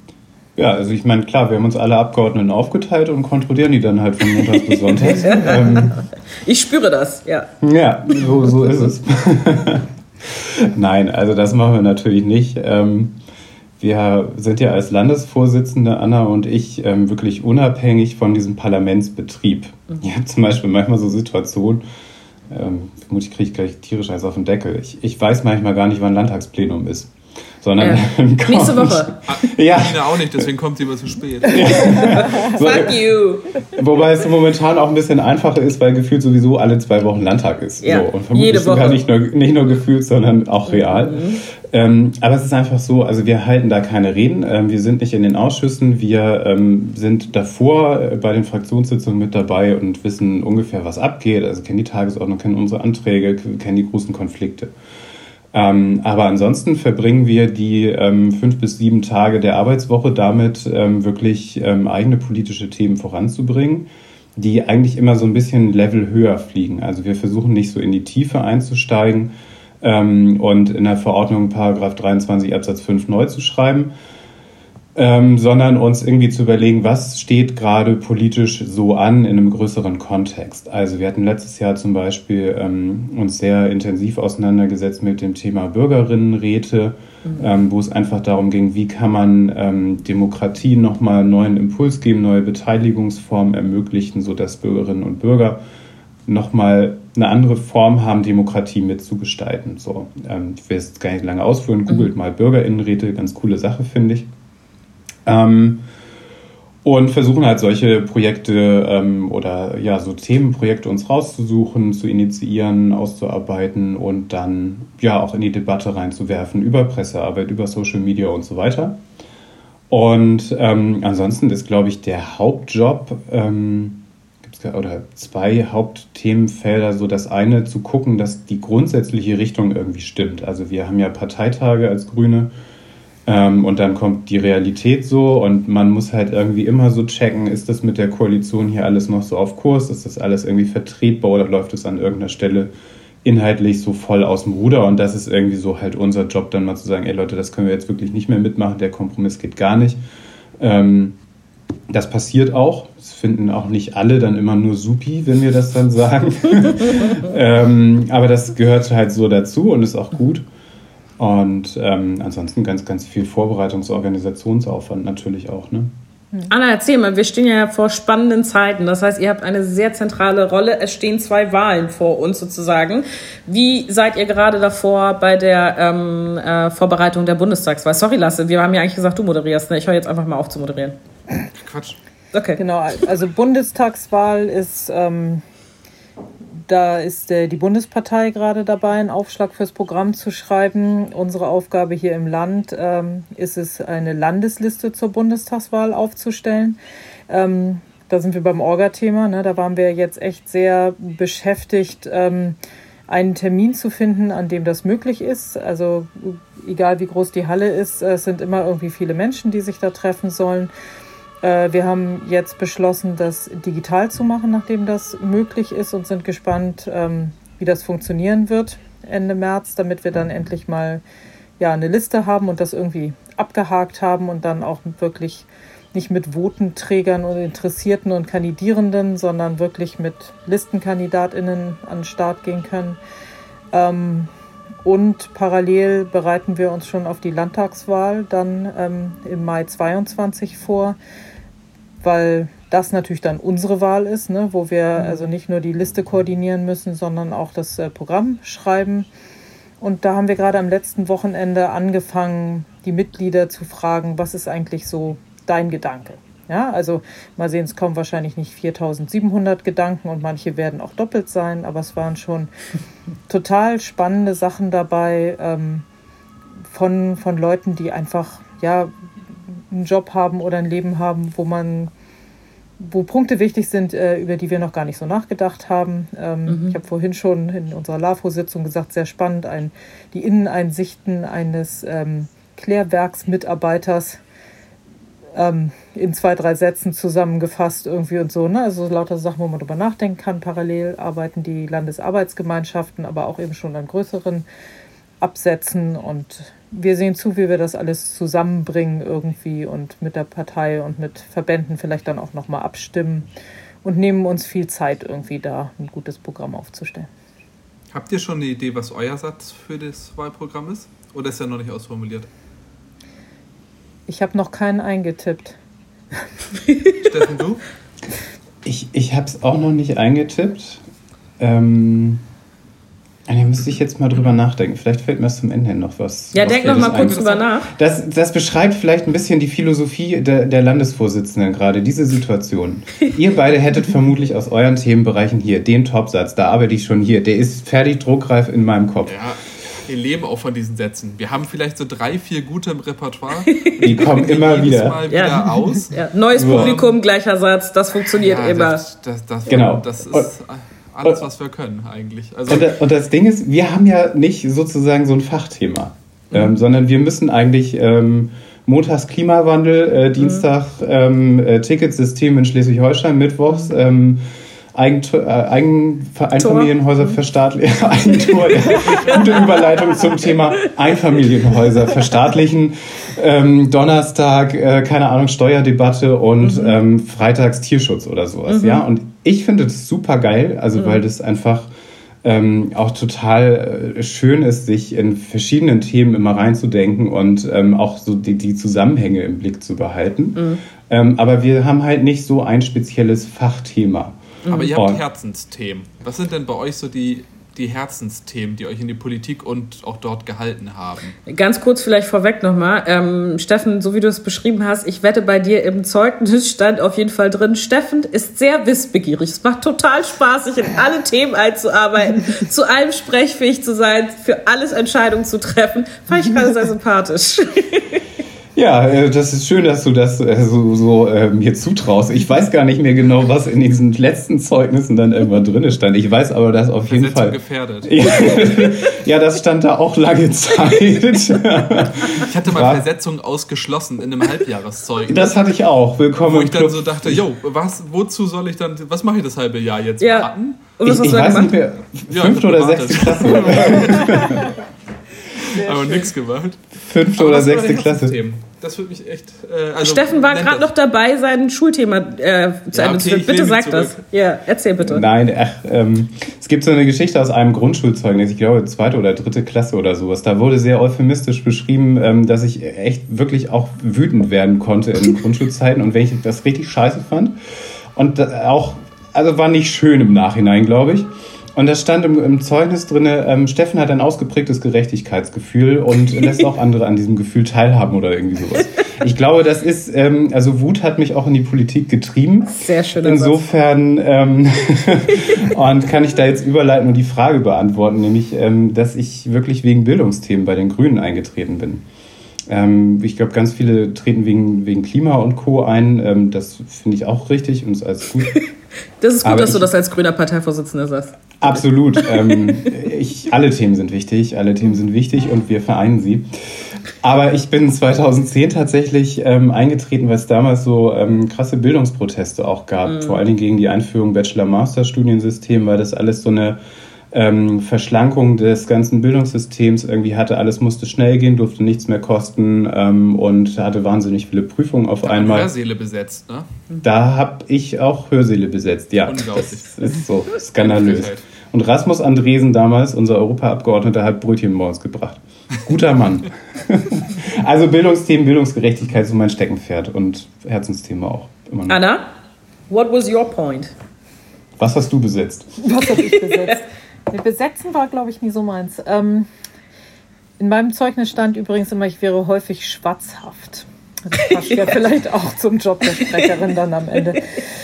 Ja, also ich meine, klar, wir haben uns alle Abgeordneten aufgeteilt und kontrollieren die dann halt von Montags bis Sonntags. ähm, ich spüre das, ja. Ja, so, so ist es. Nein, also das machen wir natürlich nicht. Ähm, wir sind ja als Landesvorsitzende, Anna und ich, ähm, wirklich unabhängig von diesem Parlamentsbetrieb. Mhm. Ich habe zum Beispiel manchmal so Situationen, ähm, vermutlich kriege ich gleich tierisch eins auf den Deckel. Ich, ich weiß manchmal gar nicht, wann Landtagsplenum ist. Sondern ähm, nächste Woche. Ja. Nina auch nicht, deswegen kommt sie immer zu spät. Fuck you. Wobei es momentan auch ein bisschen einfacher ist, weil gefühlt sowieso alle zwei Wochen Landtag ist. Ja, so. Und vermutlich jede Woche. sogar nicht nur, nicht nur gefühlt, sondern auch real. Mhm. Ähm, aber es ist einfach so, also wir halten da keine Reden. Ähm, wir sind nicht in den Ausschüssen. Wir ähm, sind davor äh, bei den Fraktionssitzungen mit dabei und wissen ungefähr, was abgeht. Also kennen die Tagesordnung, kennen unsere Anträge, kennen die großen Konflikte. Ähm, aber ansonsten verbringen wir die ähm, fünf bis sieben Tage der Arbeitswoche damit, ähm, wirklich ähm, eigene politische Themen voranzubringen, die eigentlich immer so ein bisschen Level höher fliegen. Also wir versuchen nicht so in die Tiefe einzusteigen ähm, und in der Verordnung Paragraph dreiundzwanzig Absatz fünf neu zu schreiben, ähm, sondern uns irgendwie zu überlegen, was steht gerade politisch so an in einem größeren Kontext. Also wir hatten letztes Jahr zum Beispiel ähm, uns sehr intensiv auseinandergesetzt mit dem Thema Bürgerinnenräte, mhm. ähm, wo es einfach darum ging, wie kann man ähm, Demokratie nochmal einen neuen Impuls geben, neue Beteiligungsformen ermöglichen, sodass Bürgerinnen und Bürger nochmal eine andere Form haben, Demokratie mitzugestalten. So, ähm, ich will jetzt gar nicht lange ausführen, googelt mhm. mal Bürgerinnenräte, ganz coole Sache, finde ich. Ähm, und versuchen halt solche Projekte ähm, oder ja, so Themenprojekte uns rauszusuchen, zu initiieren, auszuarbeiten und dann ja auch in die Debatte reinzuwerfen über Pressearbeit, über Social Media und so weiter. Und ähm, ansonsten ist, glaube ich, der Hauptjob, ähm, gibt's oder zwei Hauptthemenfelder, so das eine zu gucken, dass die grundsätzliche Richtung irgendwie stimmt. Also wir haben ja Parteitage als Grüne. Ähm, und dann kommt die Realität so und man muss halt irgendwie immer so checken, ist das mit der Koalition hier alles noch so auf Kurs, ist das alles irgendwie vertretbar oder läuft es an irgendeiner Stelle inhaltlich so voll aus dem Ruder, und das ist irgendwie so halt unser Job, dann mal zu sagen, ey Leute, das können wir jetzt wirklich nicht mehr mitmachen, der Kompromiss geht gar nicht. Ähm, das passiert auch, das finden auch nicht alle dann immer nur supi, wenn wir das dann sagen, ähm, aber das gehört halt so dazu und ist auch gut. Und ähm, ansonsten ganz, ganz viel Vorbereitungs-Organisationsaufwand natürlich auch, ne? Anna, erzähl mal, wir stehen ja vor spannenden Zeiten. Das heißt, ihr habt eine sehr zentrale Rolle. Es stehen zwei Wahlen vor uns sozusagen. Wie seid ihr gerade davor bei der ähm, äh, Vorbereitung der Bundestagswahl? Sorry, Lasse, wir haben ja eigentlich gesagt, du moderierst. Ne? Ich höre jetzt einfach mal auf zu moderieren. Quatsch. Okay. Genau, also Bundestagswahl ist... Ähm Da ist äh, die Bundespartei gerade dabei, einen Aufschlag fürs Programm zu schreiben. Unsere Aufgabe hier im Land ähm, ist es, eine Landesliste zur Bundestagswahl aufzustellen. Ähm, da sind wir beim Orga-Thema. Ne? Da waren wir jetzt echt sehr beschäftigt, ähm, einen Termin zu finden, an dem das möglich ist. Also egal wie groß die Halle ist, es sind immer irgendwie viele Menschen, die sich da treffen sollen. Wir haben jetzt beschlossen, das digital zu machen, nachdem das möglich ist, und sind gespannt, wie das funktionieren wird Ende März, damit wir dann endlich mal ja, eine Liste haben und das irgendwie abgehakt haben und dann auch wirklich nicht mit Votenträgern und Interessierten und Kandidierenden, sondern wirklich mit ListenkandidatInnen an den Start gehen können. Und parallel bereiten wir uns schon auf die Landtagswahl dann im Mai zweiundzwanzig vor, weil das natürlich dann unsere Wahl ist, ne, wo wir also nicht nur die Liste koordinieren müssen, sondern auch das äh, Programm schreiben. Und da haben wir gerade am letzten Wochenende angefangen, die Mitglieder zu fragen, was ist eigentlich so dein Gedanke? Ja, also mal sehen, es kommen wahrscheinlich nicht viertausendsiebenhundert Gedanken und manche werden auch doppelt sein, aber es waren schon total spannende Sachen dabei ähm, von, von Leuten, die einfach ja, einen Job haben oder ein Leben haben, wo man, wo Punkte wichtig sind, äh, über die wir noch gar nicht so nachgedacht haben. Ähm, mhm. Ich habe vorhin schon in unserer LAFO-Sitzung gesagt, sehr spannend, ein, die Inneneinsichten eines ähm, Klärwerksmitarbeiters ähm, in zwei, drei Sätzen zusammengefasst irgendwie und so. Ne? Also lauter Sachen, wo man drüber nachdenken kann. Parallel arbeiten die Landesarbeitsgemeinschaften, aber auch eben schon an größeren Absätzen, und wir sehen zu, wie wir das alles zusammenbringen irgendwie und mit der Partei und mit Verbänden vielleicht dann auch nochmal abstimmen und nehmen uns viel Zeit irgendwie da, ein gutes Programm aufzustellen. Habt ihr schon eine Idee, was euer Satz für das Wahlprogramm ist? Oder ist er noch nicht ausformuliert? Ich habe noch keinen eingetippt. Steffen, du? Ich, ich habe es auch noch nicht eingetippt. Ähm... Da müsste ich jetzt mal drüber nachdenken. Vielleicht fällt mir zum Ende hin noch was. Ja, was denk noch mal kurz drüber nach. Das, das beschreibt vielleicht ein bisschen die Philosophie der, der Landesvorsitzenden gerade, diese Situation. Ihr beide hättet vermutlich aus euren Themenbereichen hier den Topsatz, da arbeite ich schon hier, der ist fertig druckreif in meinem Kopf. Ja, wir leben auch von diesen Sätzen. Wir haben vielleicht so drei, vier gute im Repertoire. Die kommen immer wieder. Mal wieder ja. aus. Ja. Neues Publikum, gleicher Satz, das funktioniert ja, immer. Das, das, das, genau. Das ist alles, was wir können eigentlich. Also und, und das Ding ist, wir haben ja nicht sozusagen so ein Fachthema, mhm. ähm, sondern wir müssen eigentlich ähm, montags Klimawandel, äh, Dienstag ähm, äh, Ticketsystem in Schleswig-Holstein, mittwochs ähm, Eigentor, äh, Eigen, Einfamilienhäuser verstaatlichen. Eigentor, ja. Gute Überleitung zum Thema Einfamilienhäuser verstaatlichen. Ähm, Donnerstag, äh, keine Ahnung, Steuerdebatte und mhm. ähm, freitags Tierschutz oder sowas. Mhm. Ja? Und ich finde das super geil, also mhm. weil das einfach ähm, auch total äh, schön ist, sich in verschiedenen Themen immer reinzudenken und ähm, auch so die, die Zusammenhänge im Blick zu behalten. Mhm. Ähm, aber wir haben halt nicht so ein spezielles Fachthema. Aber ihr habt Herzensthemen. Was sind denn bei euch so die, die Herzensthemen, die euch in die Politik und auch dort gehalten haben? Ganz kurz vielleicht vorweg nochmal. Ähm, Steffen, so wie du es beschrieben hast, ich wette, bei dir im Zeugnis stand auf jeden Fall drin, Steffen ist sehr wissbegierig. Es macht total Spaß, sich in alle Themen einzuarbeiten, zu allem sprechfähig zu sein, für alles Entscheidungen zu treffen. Fand ich gerade sehr sympathisch. Ja, das ist schön, dass du das so, so äh, mir zutraust. Ich weiß gar nicht mehr genau, was in diesen letzten Zeugnissen dann irgendwann drin stand. Ich weiß aber, dass auf jeden Fall... gefährdet. Ja, ja, das stand da auch lange Zeit. Ich hatte mal war, Versetzung ausgeschlossen in einem Halbjahreszeugnis. Das hatte ich auch. Willkommen Wo ich dann so dachte, jo, was, wozu soll ich dann, was mache ich das halbe Jahr jetzt? Ja. Warten? Und was ich hast ich du weiß gemacht? nicht mehr, fünfte ja, oder sechste Klasse. Aber nichts gemacht. Fünfte oder sechste Klasse. Das würde mich echt... Äh, also Steffen war gerade noch dabei, sein Schulthema äh, zu ja, Ende zu führen. Bitte sag das. Ja, erzähl bitte. Nein, ach, ähm, es gibt so eine Geschichte aus einem Grundschulzeugnis, ich glaube zweite oder dritte Klasse oder sowas. Da wurde sehr euphemistisch beschrieben, ähm, dass ich echt wirklich auch wütend werden konnte in Grundschulzeiten und wenn ich das richtig scheiße fand. Und auch, also war nicht schön im Nachhinein, glaube ich. Und da stand im, im Zeugnis drin, ähm, Steffen hat ein ausgeprägtes Gerechtigkeitsgefühl und lässt auch andere an diesem Gefühl teilhaben oder irgendwie sowas. Ich glaube, das ist, ähm, also Wut hat mich auch in die Politik getrieben. Sehr schön. Insofern ähm, und kann ich da jetzt überleiten und die Frage beantworten, nämlich, ähm, dass ich wirklich wegen Bildungsthemen bei den Grünen eingetreten bin. Ähm, ich glaube, ganz viele treten wegen, wegen Klima und Co. ein. Ähm, das finde ich auch richtig und ist alles gut. Das ist gut, Aber dass ich, du das als grüner Parteivorsitzender sagst. Absolut. ähm, ich, alle Themen sind wichtig, alle Themen sind wichtig und wir vereinen sie. Aber ich bin zweitausendzehn tatsächlich ähm, eingetreten, weil es damals so ähm, krasse Bildungsproteste auch gab. Mhm. Vor allen Dingen gegen die Einführung Bachelor-Master-Studiensystem, weil das alles so eine ähm, Verschlankung des ganzen Bildungssystems irgendwie hatte. Alles musste schnell gehen, durfte nichts mehr kosten ähm, und hatte wahnsinnig viele Prüfungen auf da einmal. Hörsäle besetzt, ne? Da habe ich auch Hörsäle besetzt, ja. Unglaublich. Das ist so skandalös. Und Rasmus Andresen damals, unser Europaabgeordneter, hat Brötchen morgens gebracht. Guter Mann. Also Bildungsthemen, Bildungsgerechtigkeit ist so mein Steckenpferd und Herzensthema auch. Immer noch. Anna, what was your point? Was hast du besetzt? Was habe ich besetzt? Besetzen war, glaube ich, nie so meins. Ähm, in meinem Zeugnis stand übrigens immer, ich wäre häufig schwatzhaft. Das passt ja vielleicht auch zum Job der Sprecherin dann am Ende.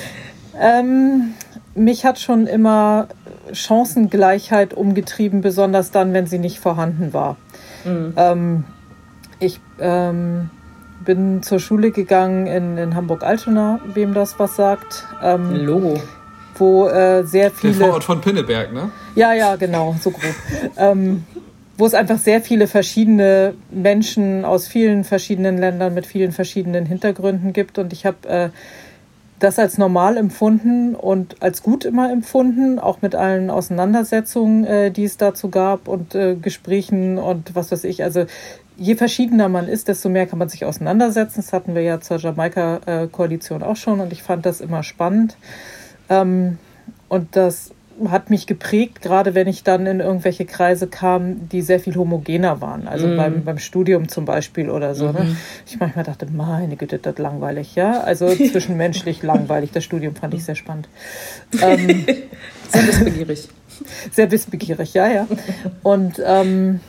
Ähm, mich hat schon immer Chancengleichheit umgetrieben, besonders dann, wenn sie nicht vorhanden war. Mhm. Ähm, ich ähm, bin zur Schule gegangen in, in Hamburg-Altona, wem das was sagt. Ähm, Logo. Wo äh, sehr viele... Der Vorort von Pinneberg, ne? Ja, ja, genau, so grob. ähm, wo es einfach sehr viele verschiedene Menschen aus vielen verschiedenen Ländern mit vielen verschiedenen Hintergründen gibt. Und ich habe äh, das als normal empfunden und als gut immer empfunden, auch mit allen Auseinandersetzungen, äh, die es dazu gab und äh, Gesprächen und was weiß ich. Also je verschiedener man ist, desto mehr kann man sich auseinandersetzen. Das hatten wir ja zur Jamaika-Koalition auch schon und ich fand das immer spannend. Ähm, und das hat mich geprägt, gerade wenn ich dann in irgendwelche Kreise kam, die sehr viel homogener waren. Also mm. beim, beim Studium zum Beispiel oder so. Mm-hmm. Ne? Ich manchmal dachte, meine Güte, das ist langweilig. Ja? Also zwischenmenschlich langweilig. Das Studium fand ich sehr spannend. Ähm, sehr wissbegierig. Sehr wissbegierig, ja, ja. Und ähm,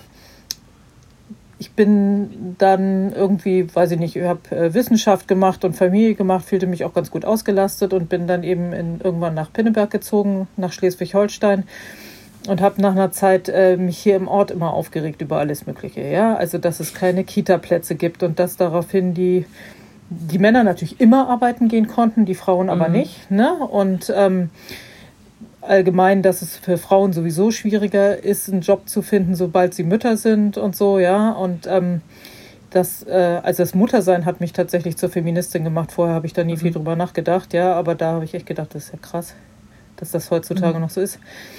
ich bin dann irgendwie, weiß ich nicht, ich habe äh, Wissenschaft gemacht und Familie gemacht, fühlte mich auch ganz gut ausgelastet und bin dann eben in, irgendwann nach Pinneberg gezogen, nach Schleswig-Holstein. Und habe nach einer Zeit äh, mich hier im Ort immer aufgeregt über alles Mögliche. Ja? Also, dass es keine Kita-Plätze gibt und dass daraufhin die, die Männer natürlich immer arbeiten gehen konnten, die Frauen aber mhm. nicht. Ne? Und ähm, allgemein, dass es für Frauen sowieso schwieriger ist, einen Job zu finden, sobald sie Mütter sind und so. Ja? Und ähm, das, äh, also das Muttersein hat mich tatsächlich zur Feministin gemacht. Vorher habe ich da nie mhm. viel drüber nachgedacht. Ja? Aber da habe ich echt gedacht, das ist ja krass, dass das heutzutage mhm. noch so ist.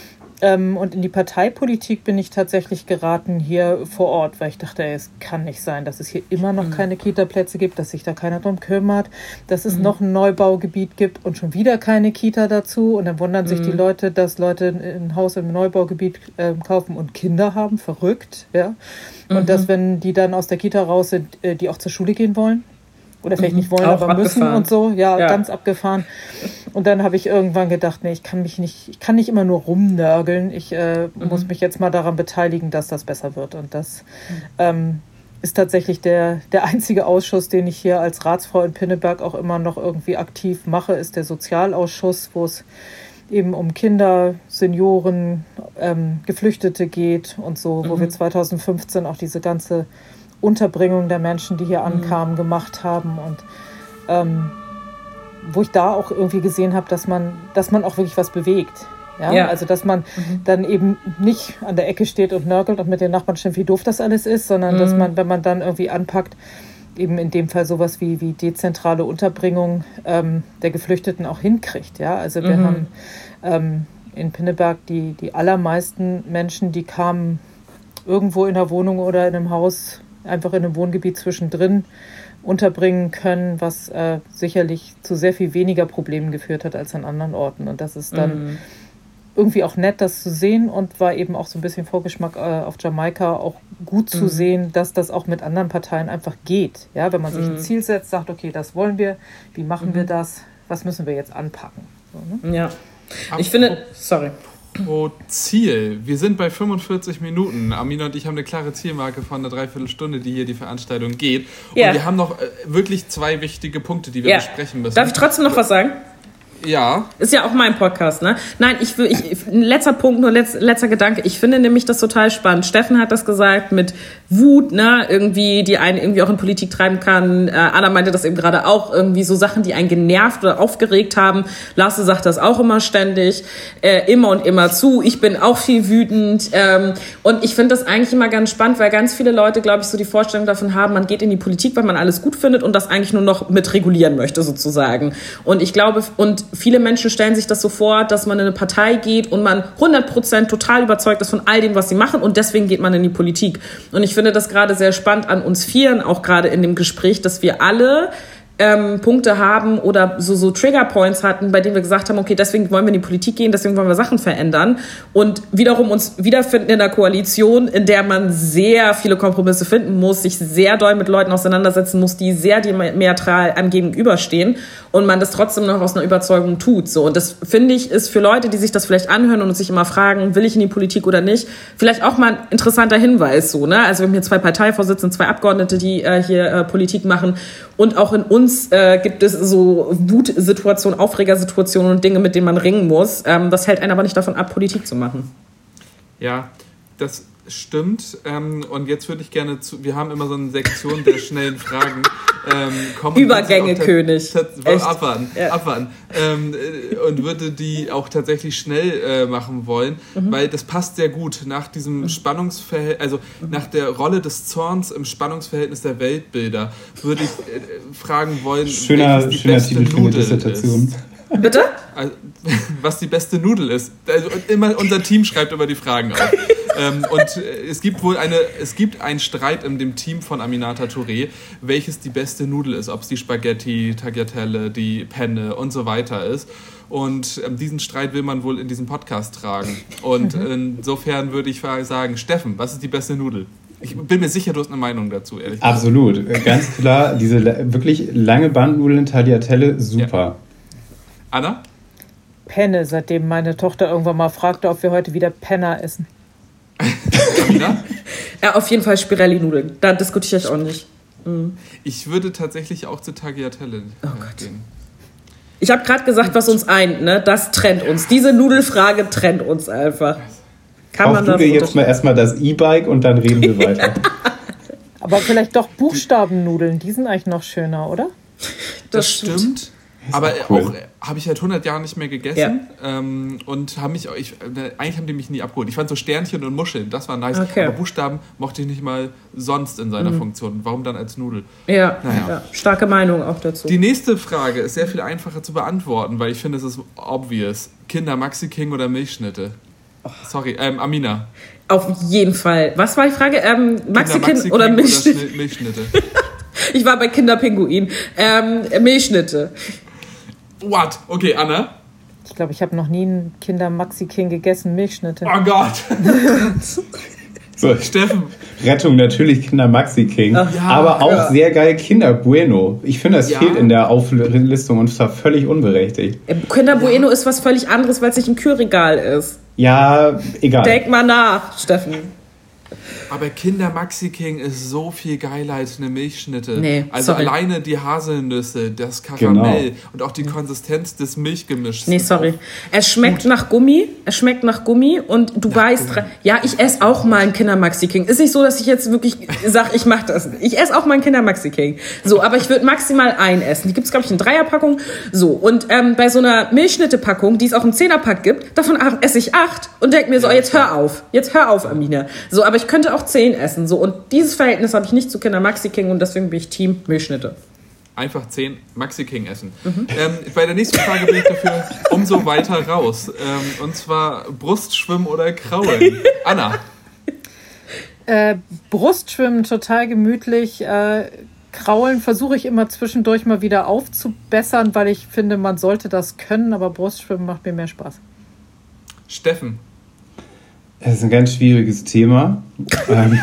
Und in die Parteipolitik bin ich tatsächlich geraten hier vor Ort, weil ich dachte, ey, es kann nicht sein, dass es hier immer noch mhm. keine Kita-Plätze gibt, dass sich da keiner drum kümmert, dass es mhm. noch ein Neubaugebiet gibt und schon wieder keine Kita dazu. Und dann wundern mhm. sich die Leute, dass Leute ein Haus im Neubaugebiet äh, kaufen und Kinder haben. Verrückt, ja. Und mhm. dass, wenn die dann aus der Kita raus sind, äh, die auch zur Schule gehen wollen. Oder vielleicht nicht wollen, auch aber müssen abgefahren. Und so. Ja, ja, ganz abgefahren. Und dann habe ich irgendwann gedacht, nee, ich kann mich nicht, ich kann nicht immer nur rumnörgeln. Ich äh, mhm. muss mich jetzt mal daran beteiligen, dass das besser wird. Und das mhm. ähm, ist tatsächlich der, der einzige Ausschuss, den ich hier als Ratsfrau in Pinneberg auch immer noch irgendwie aktiv mache, ist der Sozialausschuss, wo es eben um Kinder, Senioren, ähm, Geflüchtete geht und so, wo mhm. wir zweitausendfünfzehn auch diese ganze Unterbringung der Menschen, die hier ankamen, gemacht haben und ähm, wo ich da auch irgendwie gesehen habe, dass man, dass man auch wirklich was bewegt. Ja? Ja. Also dass man mhm. dann eben nicht an der Ecke steht und nörgelt und mit den Nachbarn stimmt, wie doof das alles ist, sondern mhm. dass man, wenn man dann irgendwie anpackt, eben in dem Fall sowas wie, wie dezentrale Unterbringung ähm, der Geflüchteten auch hinkriegt. Ja? Also wir mhm. haben ähm, in Pinneberg die, die allermeisten Menschen, die kamen irgendwo in der Wohnung oder in einem Haus, einfach in einem Wohngebiet zwischendrin unterbringen können, was äh, sicherlich zu sehr viel weniger Problemen geführt hat als an anderen Orten. Und das ist dann mhm. irgendwie auch nett, das zu sehen und war eben auch so ein bisschen Vorgeschmack äh, auf Jamaika auch gut zu mhm. sehen, dass das auch mit anderen Parteien einfach geht. Ja, wenn man sich mhm. ein Ziel setzt, sagt, okay, das wollen wir, wie machen mhm. wir das, was müssen wir jetzt anpacken? So, ne? Ja, ich finde, sorry. Pro Ziel. Wir sind bei fünfundvierzig Minuten. Amina und ich haben eine klare Zielmarke von einer Dreiviertelstunde, die hier die Veranstaltung geht. Und ja. wir haben noch äh, wirklich zwei wichtige Punkte, die wir ja. besprechen müssen. Darf ich trotzdem noch was sagen? Ja. Ist ja auch mein Podcast, ne? Nein, ich will, ich, letzter Punkt, nur letz, letzter Gedanke. Ich finde nämlich das total spannend. Steffen hat das gesagt mit Wut, ne? Irgendwie, die einen irgendwie auch in Politik treiben kann. Äh, Anna meinte das eben gerade auch. Irgendwie so Sachen, die einen genervt oder aufgeregt haben. Lasse sagt das auch immer ständig. Äh, immer und immer zu. Ich bin auch viel wütend. Ähm, und ich finde das eigentlich immer ganz spannend, weil ganz viele Leute, glaube ich, so die Vorstellung davon haben, man geht in die Politik, weil man alles gut findet und das eigentlich nur noch mit regulieren möchte, sozusagen. Und ich glaube, und viele Menschen stellen sich das so vor, dass man in eine Partei geht und man hundert Prozent total überzeugt ist von all dem, was sie machen und deswegen geht man in die Politik. Und ich finde das gerade sehr spannend an uns Vieren, auch gerade in dem Gespräch, dass wir alle ähm, Punkte haben oder so, so Triggerpoints hatten, bei denen wir gesagt haben, okay, deswegen wollen wir in die Politik gehen, deswegen wollen wir Sachen verändern und wiederum uns wiederfinden in einer Koalition, in der man sehr viele Kompromisse finden muss, sich sehr doll mit Leuten auseinandersetzen muss, die sehr diametral einem gegenüberstehen und man das trotzdem noch aus einer Überzeugung tut. So. Und das, finde ich, ist für Leute, die sich das vielleicht anhören und sich immer fragen, will ich in die Politik oder nicht, vielleicht auch mal ein interessanter Hinweis. So, ne? Also wir haben hier zwei Parteivorsitzende, zwei Abgeordnete, die äh, hier äh, Politik machen und auch in uns äh, gibt es so Wutsituationen, Aufregersituationen und Dinge, mit denen man ringen muss. Ähm, das hält einen aber nicht davon ab, Politik zu machen. Ja, das stimmt. Ähm, und jetzt würde ich gerne zu, wir haben immer so eine Sektion der schnellen Fragen. Ähm, Übergänge, König. Abwarten, ja. abwarten. Ähm, und würde die auch tatsächlich schnell äh, machen wollen, mhm. weil das passt sehr gut nach diesem Spannungsverhältnis, also mhm. nach der Rolle des Zorns im Spannungsverhältnis der Weltbilder, würde ich äh, fragen wollen, schöner, die schöner beste Titel Nudel für eine Dissertation. ist. Bitte? Also, was die beste Nudel ist. Also immer unser Team schreibt immer die Fragen auf. ähm, und äh, es gibt wohl eine, es gibt einen Streit in dem Team von Aminata Touré, welches die beste Nudel ist, ob es die Spaghetti, Tagliatelle, die Penne und so weiter ist. Und ähm, diesen Streit will man wohl in diesem Podcast tragen. Und mhm. insofern würde ich sagen, Steffen, was ist die beste Nudel? Ich bin mir sicher, du hast eine Meinung dazu, ehrlich gesagt. Absolut, ganz klar. Diese wirklich lange Bandnudeln, Tagliatelle, super. Ja. Anna? penne, seitdem meine Tochter irgendwann mal fragte, ob wir heute wieder Penner essen. Ja, auf jeden Fall Spirelli-Nudeln. Da diskutiere ich auch nicht. Mhm. Ich würde tatsächlich auch zu Tagliatelle oh Gott. gehen. Ich habe gerade gesagt, was uns eint, ne? Das trennt uns. Diese Nudelfrage trennt uns einfach. Kann man das du dir jetzt mal erstmal das E-Bike und dann reden wir weiter. Aber vielleicht doch Buchstabennudeln, die sind eigentlich noch schöner, oder? Das, das stimmt. stimmt. Aber cool. auch habe ich seit hundert Jahren nicht mehr gegessen ja. ähm, und haben mich, ich, eigentlich haben die mich nie abgeholt. Ich fand so Sternchen und Muscheln, das war nice. Okay. Aber Buchstaben mochte ich nicht mal sonst in seiner mhm. Funktion. Warum dann als Nudel? Ja, naja. ja, starke Meinung auch dazu. Die nächste Frage ist sehr viel einfacher zu beantworten, weil ich finde, es ist obvious. Kinder Maxi King oder Milchschnitte? Oh. Sorry, ähm, Amina. Auf jeden Fall. Was war die Frage? Ähm, Maxi King oder Milchschnitte? Oder Milchschnitte? Ich war bei Kinderpinguin. Ähm, Milchschnitte. What? Okay, Anna? Ich glaube, ich habe noch nie einen Kinder-Maxi-King gegessen. Milchschnitte. Oh Gott. So, Steffen. Rettung natürlich Kinder Maxi King. Ja, aber auch ja. sehr geil Kinder Bueno. Ich finde, das ja. fehlt in der Auflistung und zwar völlig unberechtigt. Kinder Bueno ja. ist was völlig anderes, weil es nicht im Kühlregal ist. Ja, egal. Denk mal nach, Steffen. Aber Kinder Maxi King ist so viel geiler als eine Milchschnitte. Nee, also sorry. alleine die Haselnüsse, das Karamell genau. und auch die Konsistenz des Milchgemischs. Nee, sorry. Es schmeckt gut. nach Gummi. Es schmeckt nach Gummi und du nach weißt, Gummi. ja, ich esse auch mal einen Kinder Maxi King. Ist nicht so, dass ich jetzt wirklich sage, ich mache das. Ich esse auch mal einen Kinder Maxi King. So, aber ich würde maximal einen essen. Die gibt es, glaube ich, in Dreierpackung. So, und ähm, bei so einer Milchschnitte-Packung, die es auch im Zehnerpack gibt, davon esse ich acht und denke mir so, ja, jetzt hör auf. Jetzt hör auf, Amina. So, aber ich könnte auch zehn essen. So, und dieses Verhältnis habe ich nicht zu Kinder Maxi King und deswegen bin ich Team Milchschnitte. Einfach zehn Maxi King essen. Mhm. Ähm, bei der nächsten Frage bin ich dafür umso weiter raus. Ähm, und zwar Brustschwimmen oder Kraulen. Anna. Äh, Brustschwimmen total gemütlich. Äh, Kraulen versuche ich immer zwischendurch mal wieder aufzubessern, weil ich finde, man sollte das können, aber Brustschwimmen macht mir mehr Spaß. Steffen. Es ist ein ganz schwieriges Thema. ähm,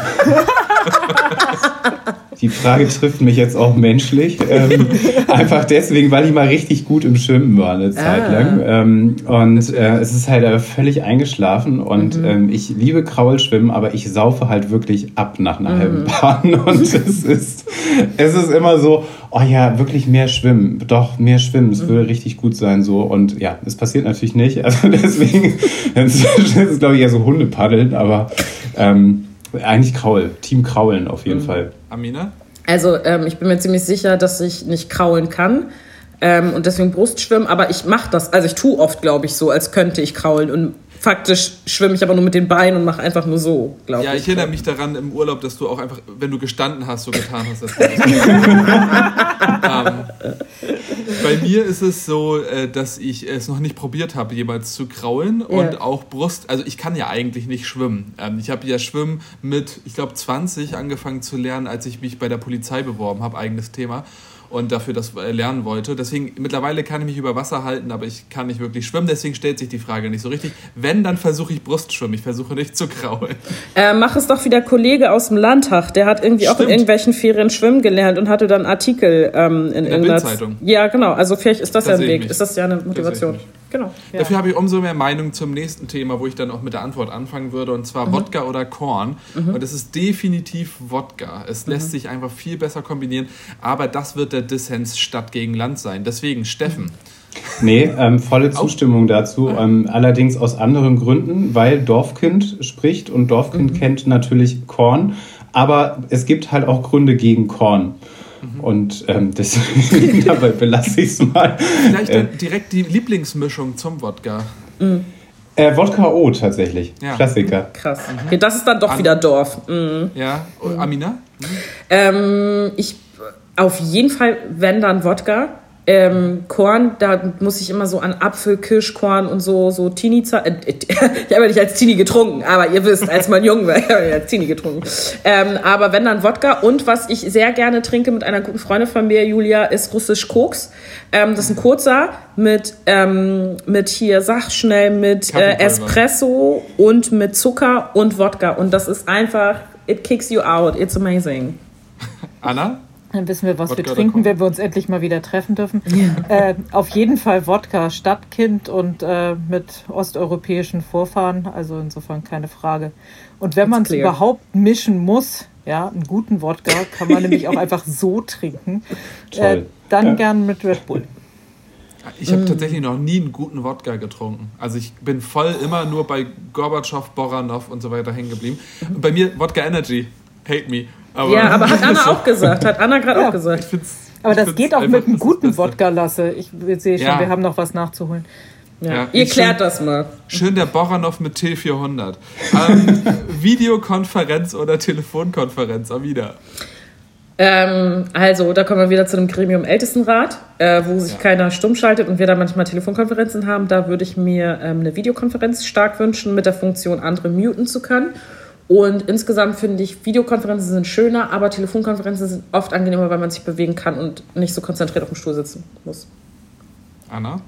die Frage trifft mich jetzt auch menschlich. Ähm, einfach deswegen, weil ich mal richtig gut im Schwimmen war eine Zeit ah. lang. Ähm, und äh, es ist halt äh, völlig eingeschlafen. Und mhm. ähm, ich liebe Kraulschwimmen, aber ich saufe halt wirklich ab nach einer mhm. halben Bahn. Und es ist, es ist immer so, oh ja, wirklich mehr schwimmen. Doch, mehr schwimmen. Es mhm. würde richtig gut sein. So. Und ja, es passiert natürlich nicht. Also deswegen es ist es, glaube ich, eher so Hundepaddeln. Aber ähm, eigentlich Kraul. Team Kraulen auf jeden mhm. Fall. Amina? Also ähm, ich bin mir ziemlich sicher, dass ich nicht kraulen kann ähm, und deswegen Brustschwimmen, aber ich mache das, also ich tue oft, glaube ich, so, als könnte ich kraulen und faktisch schwimme ich aber nur mit den Beinen und mache einfach nur so, glaube ich. Ja, ich erinnere mich daran im Urlaub, dass du auch einfach, wenn du gestanden hast, so getan hast. Dass ähm, bei mir ist es so, dass ich es noch nicht probiert habe, jemals zu kraulen ja. und auch Brust, also ich kann ja eigentlich nicht schwimmen. Ich habe ja Schwimmen mit, ich glaube, zwanzig angefangen zu lernen, als ich mich bei der Polizei beworben habe, eigenes Thema. Und dafür das lernen wollte. Deswegen, mittlerweile kann ich mich über Wasser halten, aber ich kann nicht wirklich schwimmen. Deswegen stellt sich die Frage nicht so richtig. Wenn, dann versuche ich Brustschwimmen. Ich versuche nicht zu kraulen. Äh, mach es doch wie der Kollege aus dem Landtag. Der hat irgendwie Stimmt. auch in irgendwelchen Ferien schwimmen gelernt und hatte dann Artikel ähm, in, in irgendeiner Bildzeitung. Ja, genau. Also vielleicht ist das, das ja ein Weg. Ist das ja eine Motivation. Genau. Ja. Dafür habe ich umso mehr Meinung zum nächsten Thema, wo ich dann auch mit der Antwort anfangen würde. Und zwar mhm. Wodka oder Korn. Mhm. Und es ist definitiv Wodka. Es mhm. lässt sich einfach viel besser kombinieren. Aber das wird der Dissens Stadt gegen Land sein. Deswegen, Steffen. Nee, ähm, volle Zustimmung dazu. Ähm, allerdings aus anderen Gründen, weil Dorfkind spricht und Dorfkind mhm. kennt natürlich Korn. Aber es gibt halt auch Gründe gegen Korn. Mhm. Und ähm, deswegen dabei belasse ich es mal. Vielleicht dann äh, direkt die Lieblingsmischung zum Wodka. Mhm. Äh, Wodka O tatsächlich. Ja. Klassiker. Krass. Mhm. Okay, das ist dann doch An- wieder Dorf. Mhm. Ja. Und Amina? Mhm. Ähm, ich auf jeden Fall, wenn dann Wodka. Ähm, Korn, da muss ich immer so an Apfel, Kirschkorn und so, so Teenie. Äh, äh, ich habe ja nicht als Teenie getrunken, aber ihr wisst, als man jung war, ich habe ja als Teenie getrunken. Ähm, aber wenn dann Wodka und was ich sehr gerne trinke mit einer guten Freundin von mir, Julia, ist russisch Koks. Ähm, das ist ein kurzer mit, ähm, mit hier, sag schnell, mit äh, Espresso und mit Zucker und Wodka. Und das ist einfach, it kicks you out, it's amazing. Anna? Dann wissen wir, was Wodka wir trinken, kommt. wenn wir uns endlich mal wieder treffen dürfen. Ja. Äh, auf jeden Fall Wodka Stadtkind und äh, mit osteuropäischen Vorfahren. Also insofern keine Frage. Und wenn man es überhaupt mischen muss, ja, einen guten Wodka kann man nämlich auch einfach so trinken. Äh, dann ja. gern mit Red Bull. Ich habe mm. tatsächlich noch nie einen guten Wodka getrunken. Also ich bin voll immer nur bei Gorbatschow, Boranov und so weiter hängen geblieben. Und bei mir Wodka Energy. Hate me. Aber ja, aber hat Anna auch gesagt. Hat Anna gerade ja. auch gesagt. Ich find's, aber ich das geht auch mit einem guten Wodka, Lasse. Ich sehe schon, ja. wir haben noch was nachzuholen. Ja. Ja, ihr klärt schön, das mal. Schön der Boranov mit T vierhundert. Ähm, Videokonferenz oder Telefonkonferenz? Auch wieder. Ähm, also, da kommen wir wieder zu dem Gremium Ältestenrat, äh, wo sich ja. keiner stumm schaltet und wir da manchmal Telefonkonferenzen haben. Da würde ich mir ähm, eine Videokonferenz stark wünschen, mit der Funktion, andere muten zu können. Und insgesamt finde ich, Videokonferenzen sind schöner, aber Telefonkonferenzen sind oft angenehmer, weil man sich bewegen kann und nicht so konzentriert auf dem Stuhl sitzen muss. Anna?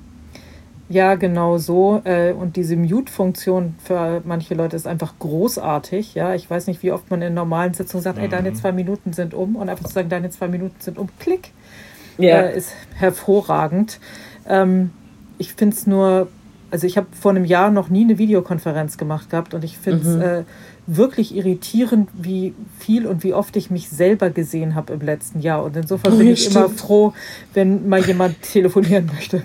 Ja, genau so. Und diese Mute-Funktion für manche Leute ist einfach großartig. Ja, ich weiß nicht, wie oft man in normalen Sitzungen sagt, mhm. ey, deine zwei Minuten sind um. Und einfach zu sagen, deine zwei Minuten sind um, klick, ja. äh, ist hervorragend. Ähm, ich finde es nur, also ich habe vor einem Jahr noch nie eine Videokonferenz gemacht gehabt und ich finde es mhm. äh, wirklich irritierend, wie viel und wie oft ich mich selber gesehen habe im letzten Jahr. Und insofern oh, bin ich stimmt. immer froh, wenn mal jemand telefonieren möchte.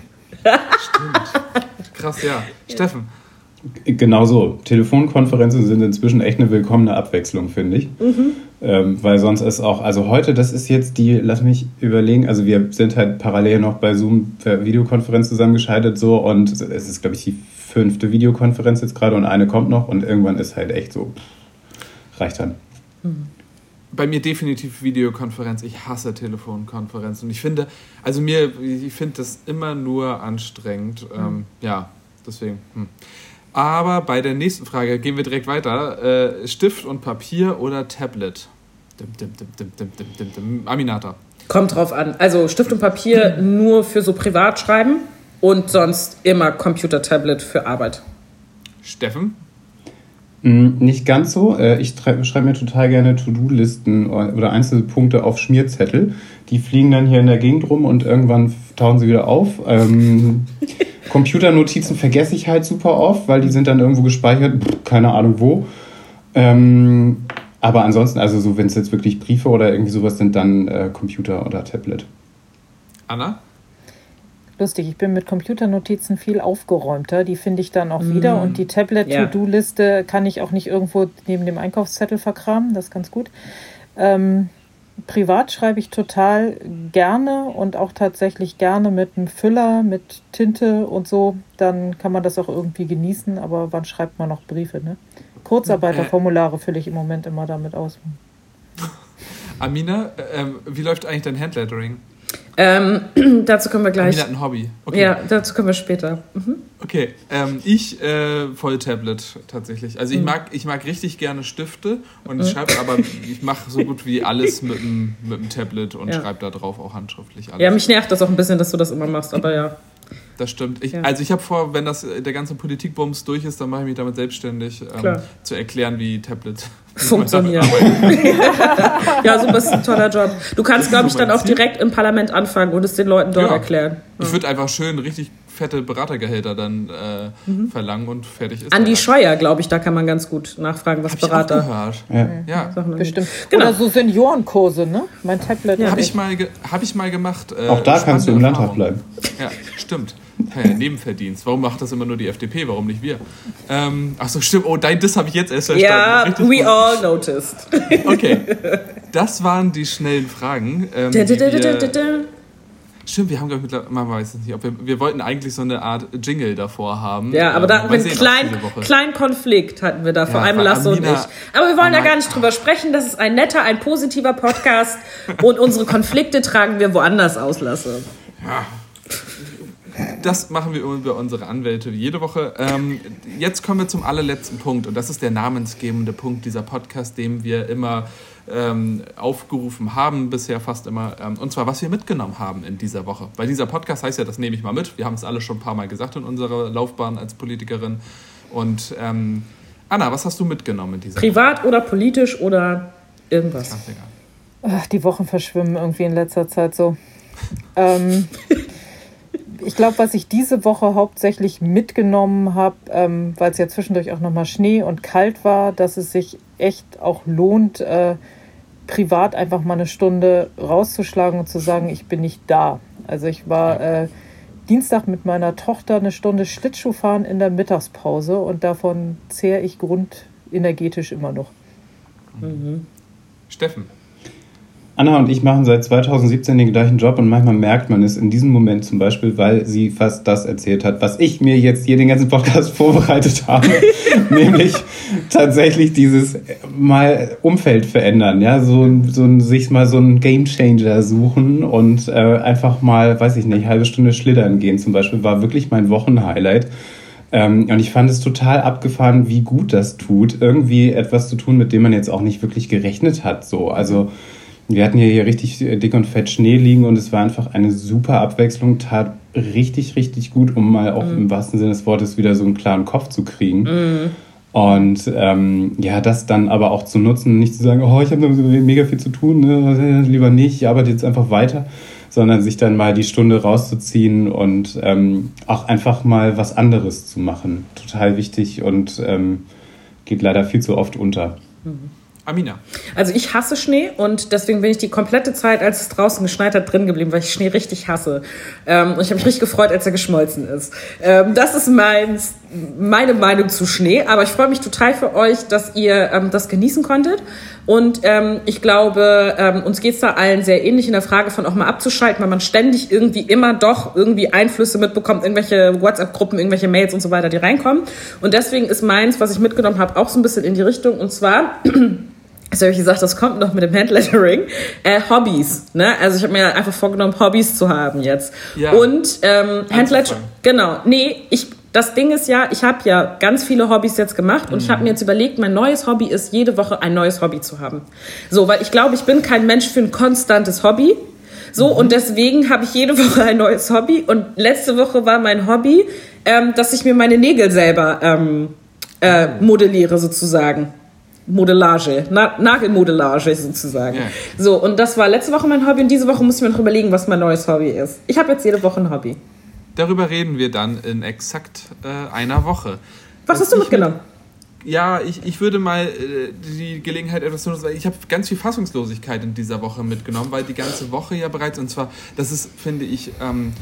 Stimmt. Krass, ja. Steffen? Genau so. Telefonkonferenzen sind inzwischen echt eine willkommene Abwechslung, finde ich. Mhm. Ähm, weil sonst ist auch, also heute, das ist jetzt die, lass mich überlegen, also wir sind halt parallel noch bei Zoom per Videokonferenz zusammengeschaltet so und es ist, glaube ich, die fünfte Videokonferenz jetzt gerade und eine kommt noch und irgendwann ist halt echt so, pff, reicht dann. Mhm. Bei mir definitiv Videokonferenz. Ich hasse Telefonkonferenz. Und ich finde, also mir, ich finde das immer nur anstrengend. Mhm. Ähm, ja, deswegen. Hm. Aber bei der nächsten Frage gehen wir direkt weiter. Äh, Stift und Papier oder Tablet? Dim, dim, dim, dim, dim, dim, dim, dim. Aminata. Kommt drauf an. Also Stift und Papier mhm. nur für so Privatschreiben und sonst immer Computer-Tablet für Arbeit. Steffen? Nicht ganz so. Ich schreibe mir total gerne To-Do-Listen oder einzelne Punkte auf Schmierzettel. Die fliegen dann hier in der Gegend rum und irgendwann tauchen sie wieder auf. Ähm, Computernotizen vergesse ich halt super oft, weil die sind dann irgendwo gespeichert, keine Ahnung wo. Ähm, aber ansonsten, also so, wenn es jetzt wirklich Briefe oder irgendwie sowas sind, dann äh, Computer oder Tablet. Anna? Lustig, ich bin mit Computernotizen viel aufgeräumter. Die finde ich dann auch mm. wieder. Und die Tablet-To-Do-Liste ja. kann ich auch nicht irgendwo neben dem Einkaufszettel verkramen. Das ist ganz gut. Ähm, privat schreibe ich total gerne und auch tatsächlich gerne mit einem Füller, mit Tinte und so. Dann kann man das auch irgendwie genießen. Aber wann schreibt man noch Briefe? Ne? Kurzarbeiterformulare fülle ich im Moment immer damit aus. Amina, ähm, wie läuft eigentlich dein Handlettering? Ähm, dazu kommen wir gleich. Amina hat ein Hobby. Okay. Ja, dazu kommen wir später. Mhm. Okay, ähm, ich äh, voll Tablet tatsächlich. Also ich mhm. mag ich mag richtig gerne Stifte und ich mhm. schreibe, aber ich mache so gut wie alles mit dem mit dem Tablet und ja. schreibe da drauf auch handschriftlich alles. Ja, mich nervt das auch ein bisschen, dass du das immer machst, aber ja. Das stimmt. Ich, ja. Also ich habe vor, wenn das der ganze Politikbums durch ist, dann mache ich mich damit selbstständig, ähm, zu erklären, wie Tablet funktioniert. Ja, super, ist ein toller Job. Du kannst, glaube ich, dann auch direkt im Parlament anfangen und es den Leuten dort ja. erklären. Ja. Ich würde einfach schön richtig fette Beratergehälter dann äh, mhm. verlangen und fertig ist. Andi Scheuer, glaube ich, da kann man ganz gut nachfragen, was Hab Berater. Ich auch gehört. Ja, ja. bestimmt. Genau. Oder so Seniorenkurse, ne? Mein Tablet. Ja. Habe ich mal, ge- hab ich mal gemacht. Äh, auch da kannst du im Landtag bleiben. Ja, stimmt. Hey, Nebenverdienst. Warum macht das immer nur die F D P? Warum nicht wir? Ähm, Achso, stimmt. Oh, dein Diss habe ich jetzt erst verstanden. Ja, Richtig we gut. all noticed. Okay, das waren die schnellen Fragen. Ähm, da, da, da, wir, da, da, da. Stimmt, wir haben, glaube ich, man weiß es nicht, ob wir, wir wollten eigentlich so eine Art Jingle davor haben. Ja, aber ähm, da hatten wir einen kleinen klein Konflikt, hatten wir da, vor ja, allem Lasse und ich. Aber wir wollen da gar nicht drüber sprechen, das ist ein netter, ein positiver Podcast und unsere Konflikte tragen wir woanders aus, Lasse. Ja. Das machen wir über unsere Anwälte jede Woche. Ähm, jetzt kommen wir zum allerletzten Punkt und das ist der namensgebende Punkt dieser Podcast, den wir immer ähm, aufgerufen haben, bisher fast immer. Ähm, und zwar, was wir mitgenommen haben in dieser Woche. Weil dieser Podcast heißt ja, das nehme ich mal mit. Wir haben es alle schon ein paar Mal gesagt in unserer Laufbahn als Politikerin. Und ähm, Anna, was hast du mitgenommen in dieser Privat Woche? Oder politisch oder irgendwas? Klassiker. Ach, die Wochen verschwimmen irgendwie in letzter Zeit so. ähm, ich glaube, was ich diese Woche hauptsächlich mitgenommen habe, ähm, weil es ja zwischendurch auch nochmal Schnee und kalt war, dass es sich echt auch lohnt, äh, privat einfach mal eine Stunde rauszuschlagen und zu sagen, ich bin nicht da. Also ich war äh, Dienstag mit meiner Tochter eine Stunde Schlittschuh fahren in der Mittagspause und davon zehre ich grundenergetisch immer noch. Mhm. Steffen? Anna und ich machen seit zweitausendsiebzehn den gleichen Job und manchmal merkt man es in diesem Moment zum Beispiel, weil sie fast das erzählt hat, was ich mir jetzt hier den ganzen Podcast vorbereitet habe, nämlich tatsächlich dieses mal Umfeld verändern, ja, so, so sich mal so einen Gamechanger suchen und äh, einfach mal, weiß ich nicht, eine halbe Stunde schlittern gehen zum Beispiel, war wirklich mein Wochenhighlight. Ähm, und ich fand es total abgefahren, wie gut das tut, irgendwie etwas zu tun, mit dem man jetzt auch nicht wirklich gerechnet hat, so, also wir hatten hier, hier richtig dick und fett Schnee liegen und es war einfach eine super Abwechslung, tat richtig, richtig gut, um mal auch mm. im wahrsten Sinne des Wortes wieder so einen klaren Kopf zu kriegen. Mm. Und ähm, ja, das dann aber auch zu nutzen, nicht zu sagen, oh, ich habe mega viel zu tun, ne? Lieber nicht, ich arbeite jetzt einfach weiter, sondern sich dann mal die Stunde rauszuziehen und ähm, auch einfach mal was anderes zu machen. Total wichtig und ähm, geht leider viel zu oft unter. Mhm. Amina. Also ich hasse Schnee und deswegen bin ich die komplette Zeit, als es draußen geschneit hat, drin geblieben, weil ich Schnee richtig hasse. Ähm, und ich habe mich richtig gefreut, als er geschmolzen ist. Ähm, das ist mein, meine Meinung zu Schnee, aber ich freue mich total für euch, dass ihr ähm, das genießen konntet. Und ähm, ich glaube, ähm, uns geht es da allen sehr ähnlich in der Frage von auch mal abzuschalten, weil man ständig irgendwie immer doch irgendwie Einflüsse mitbekommt, irgendwelche WhatsApp-Gruppen, irgendwelche Mails und so weiter, die reinkommen. Und deswegen ist meins, was ich mitgenommen habe, auch so ein bisschen in die Richtung. Und zwar... Also habe ich gesagt, das kommt noch mit dem Handlettering. Äh, Hobbys, ne? Also ich habe mir einfach vorgenommen, Hobbys zu haben jetzt. Ja. Und ähm, Handlettering, genau. Nee, ich, das Ding ist ja, ich habe ja ganz viele Hobbys jetzt gemacht und mhm. ich habe mir jetzt überlegt, mein neues Hobby ist, jede Woche ein neues Hobby zu haben. So, weil ich glaube, ich bin kein Mensch für ein konstantes Hobby. So, mhm. und deswegen habe ich jede Woche ein neues Hobby. Und letzte Woche war mein Hobby, ähm, dass ich mir meine Nägel selber ähm, äh, modelliere sozusagen. Modellage, Na- Nagelmodellage sozusagen. Yeah. So, und das war letzte Woche mein Hobby und diese Woche muss ich mir noch überlegen, was mein neues Hobby ist. Ich habe jetzt jede Woche ein Hobby. Darüber reden wir dann in exakt äh, einer Woche. Was hast du mitgenommen? Mit, ja, ich, ich würde mal äh, die Gelegenheit etwas nutzen, weil ich habe ganz viel Fassungslosigkeit in dieser Woche mitgenommen, weil die ganze Woche ja bereits, und zwar, das ist, finde ich, ähm,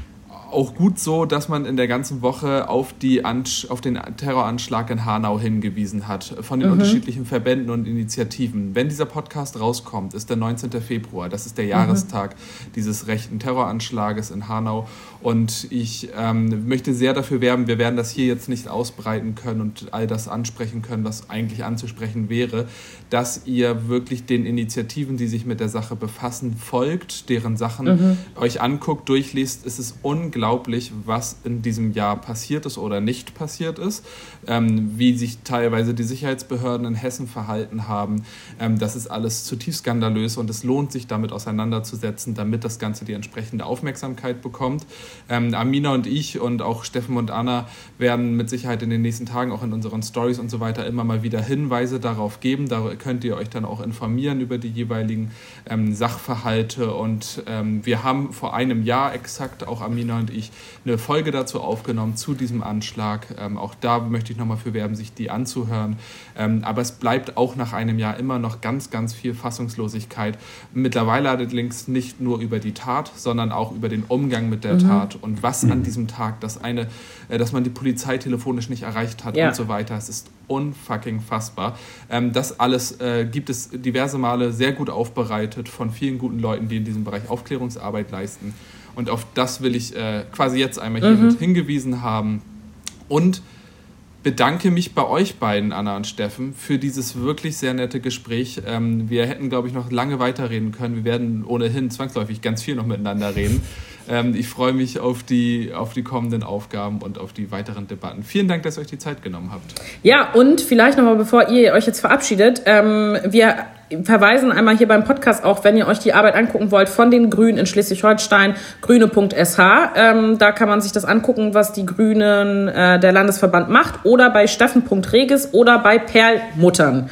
auch gut so, dass man in der ganzen Woche auf, die Ansch- auf den Terroranschlag in Hanau hingewiesen hat, von den mhm. unterschiedlichen Verbänden und Initiativen. Wenn dieser Podcast rauskommt, ist der neunzehnten Februar, das ist der mhm. Jahrestag dieses rechten Terroranschlages in Hanau. Und ich ähm, möchte sehr dafür werben, wir werden das hier jetzt nicht ausbreiten können und all das ansprechen können, was eigentlich anzusprechen wäre, dass ihr wirklich den Initiativen, die sich mit der Sache befassen, folgt, deren Sachen mhm. euch anguckt, durchliest. Es ist unglaublich, was in diesem Jahr passiert ist oder nicht passiert ist, ähm, wie sich teilweise die Sicherheitsbehörden in Hessen verhalten haben. Ähm, das ist alles zutiefst skandalös und es lohnt sich, damit auseinanderzusetzen, damit das Ganze die entsprechende Aufmerksamkeit bekommt. Ähm, Amina und ich und auch Steffen und Anna werden mit Sicherheit in den nächsten Tagen auch in unseren Stories und so weiter immer mal wieder Hinweise darauf geben. Da könnt ihr euch dann auch informieren über die jeweiligen ähm, Sachverhalte. Und ähm, wir haben vor einem Jahr exakt, auch Amina und ich, eine Folge dazu aufgenommen, zu diesem Anschlag. Ähm, auch da möchte ich nochmal für werben, sich die anzuhören. Ähm, aber es bleibt auch nach einem Jahr immer noch ganz, ganz viel Fassungslosigkeit. Mittlerweile allerdings nicht nur über die Tat, sondern auch über den Umgang mit der mhm. Tat und was an diesem Tag, dass, eine, äh, dass man die Polizei telefonisch nicht erreicht hat ja. und so weiter. Es ist unfucking fassbar. Ähm, das alles äh, gibt es diverse Male sehr gut aufbereitet von vielen guten Leuten, die in diesem Bereich Aufklärungsarbeit leisten. Und auf das will ich äh, quasi jetzt einmal hier mhm. mit hingewiesen haben. Und bedanke mich bei euch beiden, Anna und Steffen, für dieses wirklich sehr nette Gespräch. Ähm, wir hätten, glaube ich, noch lange weiterreden können. Wir werden ohnehin zwangsläufig ganz viel noch miteinander reden. Ähm, ich freue mich auf die, auf die kommenden Aufgaben und auf die weiteren Debatten. Vielen Dank, dass ihr euch die Zeit genommen habt. Ja, und vielleicht nochmal, bevor ihr euch jetzt verabschiedet, ähm, wir verweisen einmal hier beim Podcast auch, wenn ihr euch die Arbeit angucken wollt, von den Grünen in Schleswig-Holstein, grüne punkt s h. Ähm, da kann man sich das angucken, was die Grünen, äh, der Landesverband macht, oder bei steffen punkt regis oder bei Perlmuttern.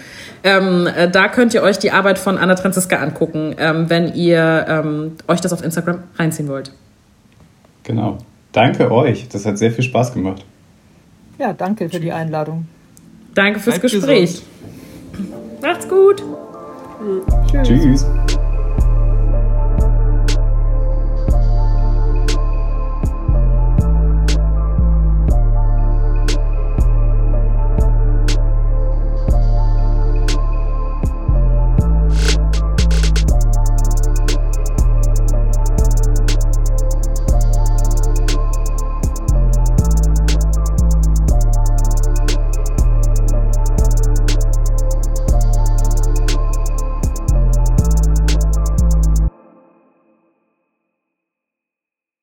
Ähm, äh, da könnt ihr euch die Arbeit von Anna Franziska angucken, ähm, wenn ihr ähm, euch das auf Instagram reinziehen wollt. Genau. Danke euch. Das hat sehr viel Spaß gemacht. Ja, danke für die Einladung. Danke fürs Bleibt Gespräch. gesund. Macht's gut. Tschüss. Tschüss.